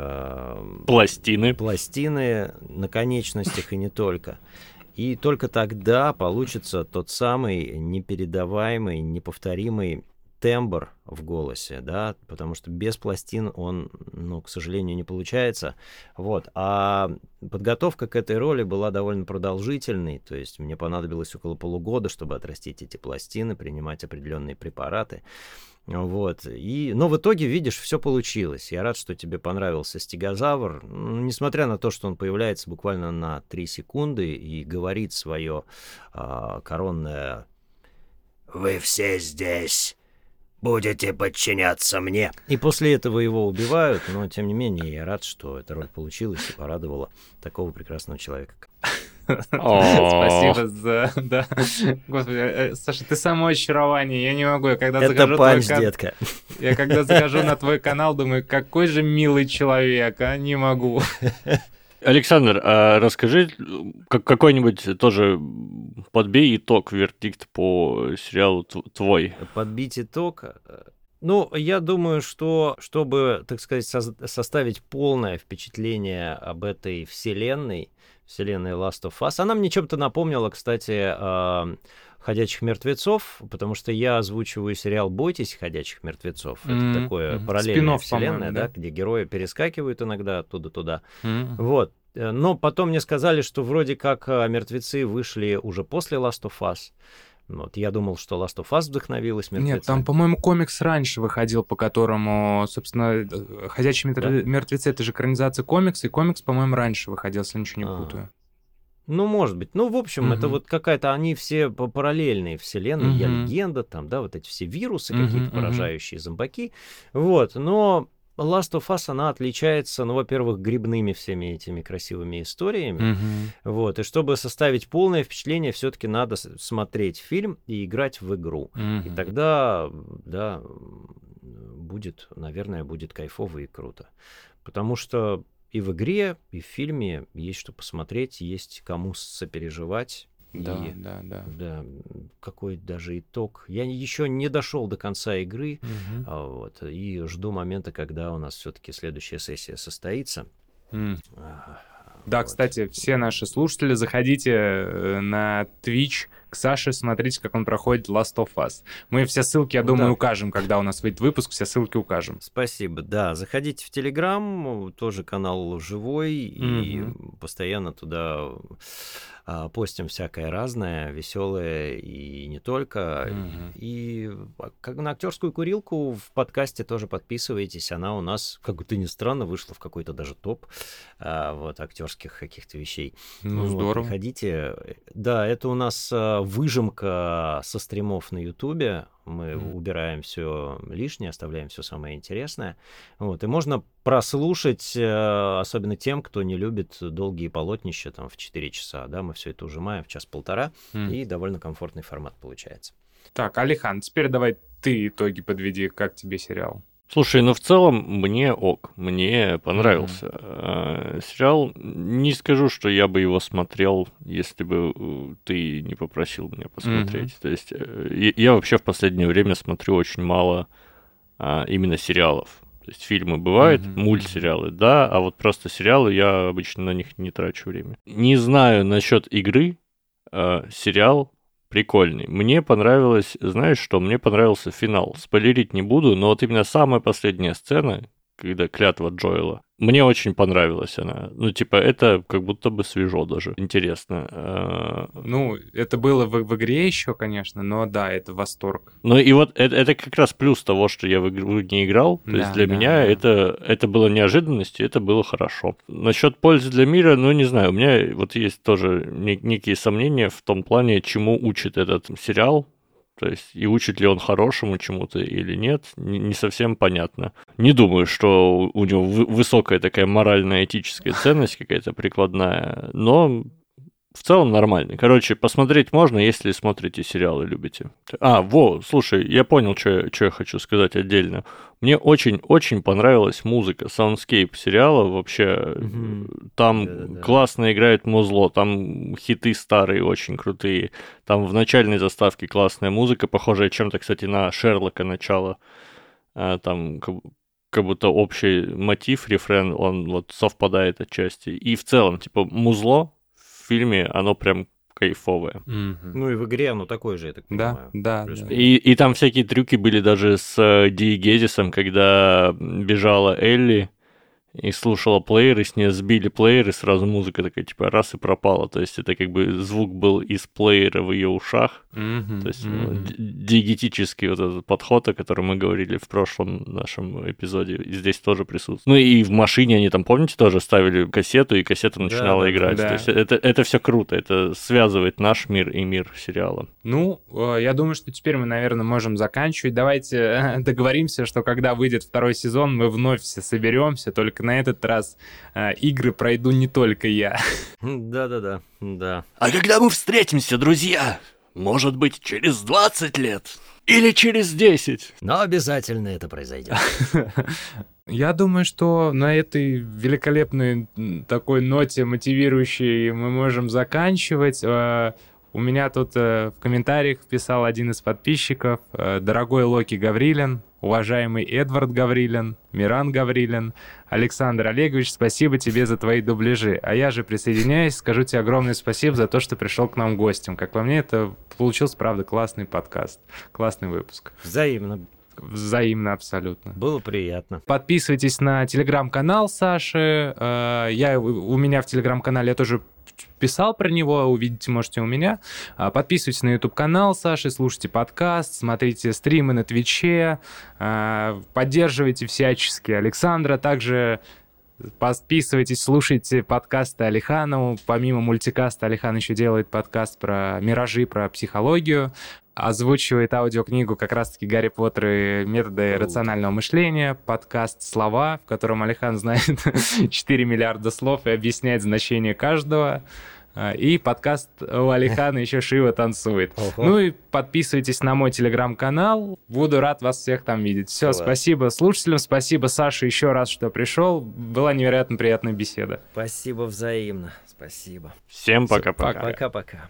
пластины на конечностях и не только. И только тогда получится тот самый непередаваемый, неповторимый тембр в голосе, да, потому что без пластин он, к сожалению, не получается. Вот. А подготовка к этой роли была довольно продолжительной, то есть мне понадобилось около полугода, чтобы отрастить эти пластины, принимать определенные препараты. Вот. Но в итоге, видишь, все получилось. Я рад, что тебе понравился стегозавр. Несмотря на то, что он появляется буквально на 3 секунды и говорит свое коронное «Вы все здесь будете подчиняться мне». И после этого его убивают, но тем не менее я рад, что эта роль получилась и порадовала такого прекрасного человека. Спасибо за... Да. Господи, Саша, ты само очарование, я не могу. Это панч, детка. Я когда захожу на твой канал, думаю, какой же милый человек, не могу. Александр, а расскажи какой-нибудь тоже подбей итог, вердикт по сериалу твой. Подбить итог? Я думаю, что чтобы, так сказать, составить полное впечатление об этой вселенной Last of Us, она мне чем-то напомнила, кстати, «Ходячих мертвецов», потому что я озвучиваю сериал «Бойтесь ходячих мертвецов». Это такое параллельная вселенная, да, где герои перескакивают иногда оттуда туда. Вот. Но потом мне сказали, что вроде как мертвецы вышли уже после Last of Us. Вот, я думал, что Last of Us вдохновилась мертвецами. Нет, там, по-моему, комикс раньше выходил, по которому, собственно, «Ходячие мертвецы» — это же экранизация комикса, и комикс, по-моему, раньше выходил, если ничего не путаю. Может быть. В общем, это вот какая-то... Они все параллельные вселенные. Я легенда, там, да, вот эти все вирусы какие-то поражающие, зомбаки. Вот, но Last of Us, она отличается, во-первых, грибными всеми этими красивыми историями. Вот, и чтобы составить полное впечатление, все-таки надо смотреть фильм и играть в игру. И тогда, да, наверное, будет кайфово и круто. Потому что и в игре, и в фильме есть что посмотреть, есть кому сопереживать. Да, какой даже итог. Я еще не дошел до конца игры, и жду момента, когда у нас все-таки следующая сессия состоится. Да, кстати, все наши слушатели, заходите на Twitch к Саше, смотрите, как он проходит Last of Us. Мы все ссылки, я думаю, укажем, когда у нас выйдет выпуск, все ссылки укажем. Спасибо, да. Заходите в Telegram, тоже канал живой, и постоянно туда постим всякое разное, веселое и не только. И как на «Актерскую курилку» в подкасте тоже подписывайтесь. Она у нас, как бы ни странно, вышла в какой-то даже топ актерских каких-то вещей. Здорово. Приходите. Да, это у нас выжимка со стримов на Ютубе. Мы убираем все лишнее, оставляем все самое интересное. И можно прослушать, особенно тем, кто не любит долгие полотнища в 4 часа. Да, мы все это ужимаем в 1-1,5, и довольно комфортный формат получается. Так, Алихан, теперь давай ты итоги подведи, как тебе сериал. Слушай, ну в целом мне понравился сериал. Не скажу, что я бы его смотрел, если бы ты не попросил меня посмотреть. То есть я вообще в последнее время смотрю очень мало именно сериалов. То есть фильмы бывают, мультсериалы, да, а вот просто сериалы я обычно на них не трачу время. Не знаю насчет игры, сериал прикольный. Мне понравилось, знаешь что, мне понравился финал. Спойлерить не буду, но вот именно самая последняя сцена, когда клятва Джоэла, мне очень понравилась она. Ну, типа, это как будто бы свежо даже. Интересно. Ну, это было в игре еще, конечно, но да, это восторг. Ну, и вот это как раз плюс того, что я в игру не играл. То есть для меня это было неожиданностью, это было хорошо. Насчет пользы для мира, ну, не знаю, у меня вот есть тоже некие сомнения в том плане, чему учит этот сериал. То есть, и учит ли он хорошему чему-то или нет, не совсем понятно. Не думаю, что у него высокая такая моральная этическая ценность какая-то прикладная, но в целом нормальный. Короче, посмотреть можно, если смотрите сериалы, любите. Слушай, я понял, что я хочу сказать отдельно. Мне очень-очень понравилась музыка, саундскейп сериала вообще. Там классно играет музло, там хиты старые очень крутые. Там в начальной заставке классная музыка, похожая чем-то, кстати, на Шерлока начало. Там как будто общий мотив, рефрен, он вот совпадает отчасти. И в целом, типа, музло в фильме, оно прям кайфовое. Ну и в игре оно такое же, я так понимаю. Да. И там всякие трюки были даже с диегезисом, когда бежала Элли и слушала плеер, и с нее сбили плеер, и сразу музыка такая, типа, раз и пропала. То есть это как бы звук был из плеера в ее ушах. То есть диегетический вот этот подход, о котором мы говорили в прошлом нашем эпизоде, и здесь тоже присутствует. Ну и в машине они там, помните, тоже ставили кассету, и кассета начинала играть. Да. То есть это все круто, это связывает наш мир и мир сериала. Ну, я думаю, что теперь мы, наверное, можем заканчивать. Давайте договоримся, что когда выйдет второй сезон, мы вновь все соберемся, только на этот раз игры пройду не только я. Да. А когда мы встретимся, друзья? Может быть, через 20 лет? Или через 10? Но обязательно это произойдет. Я думаю, что на этой великолепной такой ноте мотивирующей мы можем заканчивать. У меня тут в комментариях писал один из подписчиков: «Дорогой Локи Гаврилин, уважаемый Эдвард Гаврилин, Миран Гаврилин, Александр Олегович, спасибо тебе за твои дубляжи. А я же присоединяюсь, скажу тебе огромное спасибо за то, что пришел к нам гостем. Как по мне, это получился, правда, классный подкаст, классный выпуск». Взаимно, абсолютно. Было приятно. Подписывайтесь на телеграм-канал Саши. У меня в телеграм-канале я тоже писал про него, увидите, можете у меня. Подписывайтесь на YouTube-канал Саши, слушайте подкаст, смотрите стримы на Твиче, поддерживайте всячески Александра. Также подписывайтесь, слушайте подкасты Алихана. Помимо мультикаста, Алихан еще делает подкаст про миражи, про психологию. Озвучивает аудиокнигу как раз-таки «Гарри Поттер и методы рационального мышления», подкаст «Слова», в котором Алихан знает 4 миллиарда слов и объясняет значение каждого. И подкаст у Алихана еще «Шива танцует». Ну и подписывайтесь на мой телеграм-канал. Буду рад вас всех там видеть. Все, спасибо слушателям, спасибо Саше еще раз, что пришел. Была невероятно приятная беседа. Спасибо взаимно. Спасибо. Всем пока-пока. Пока-пока.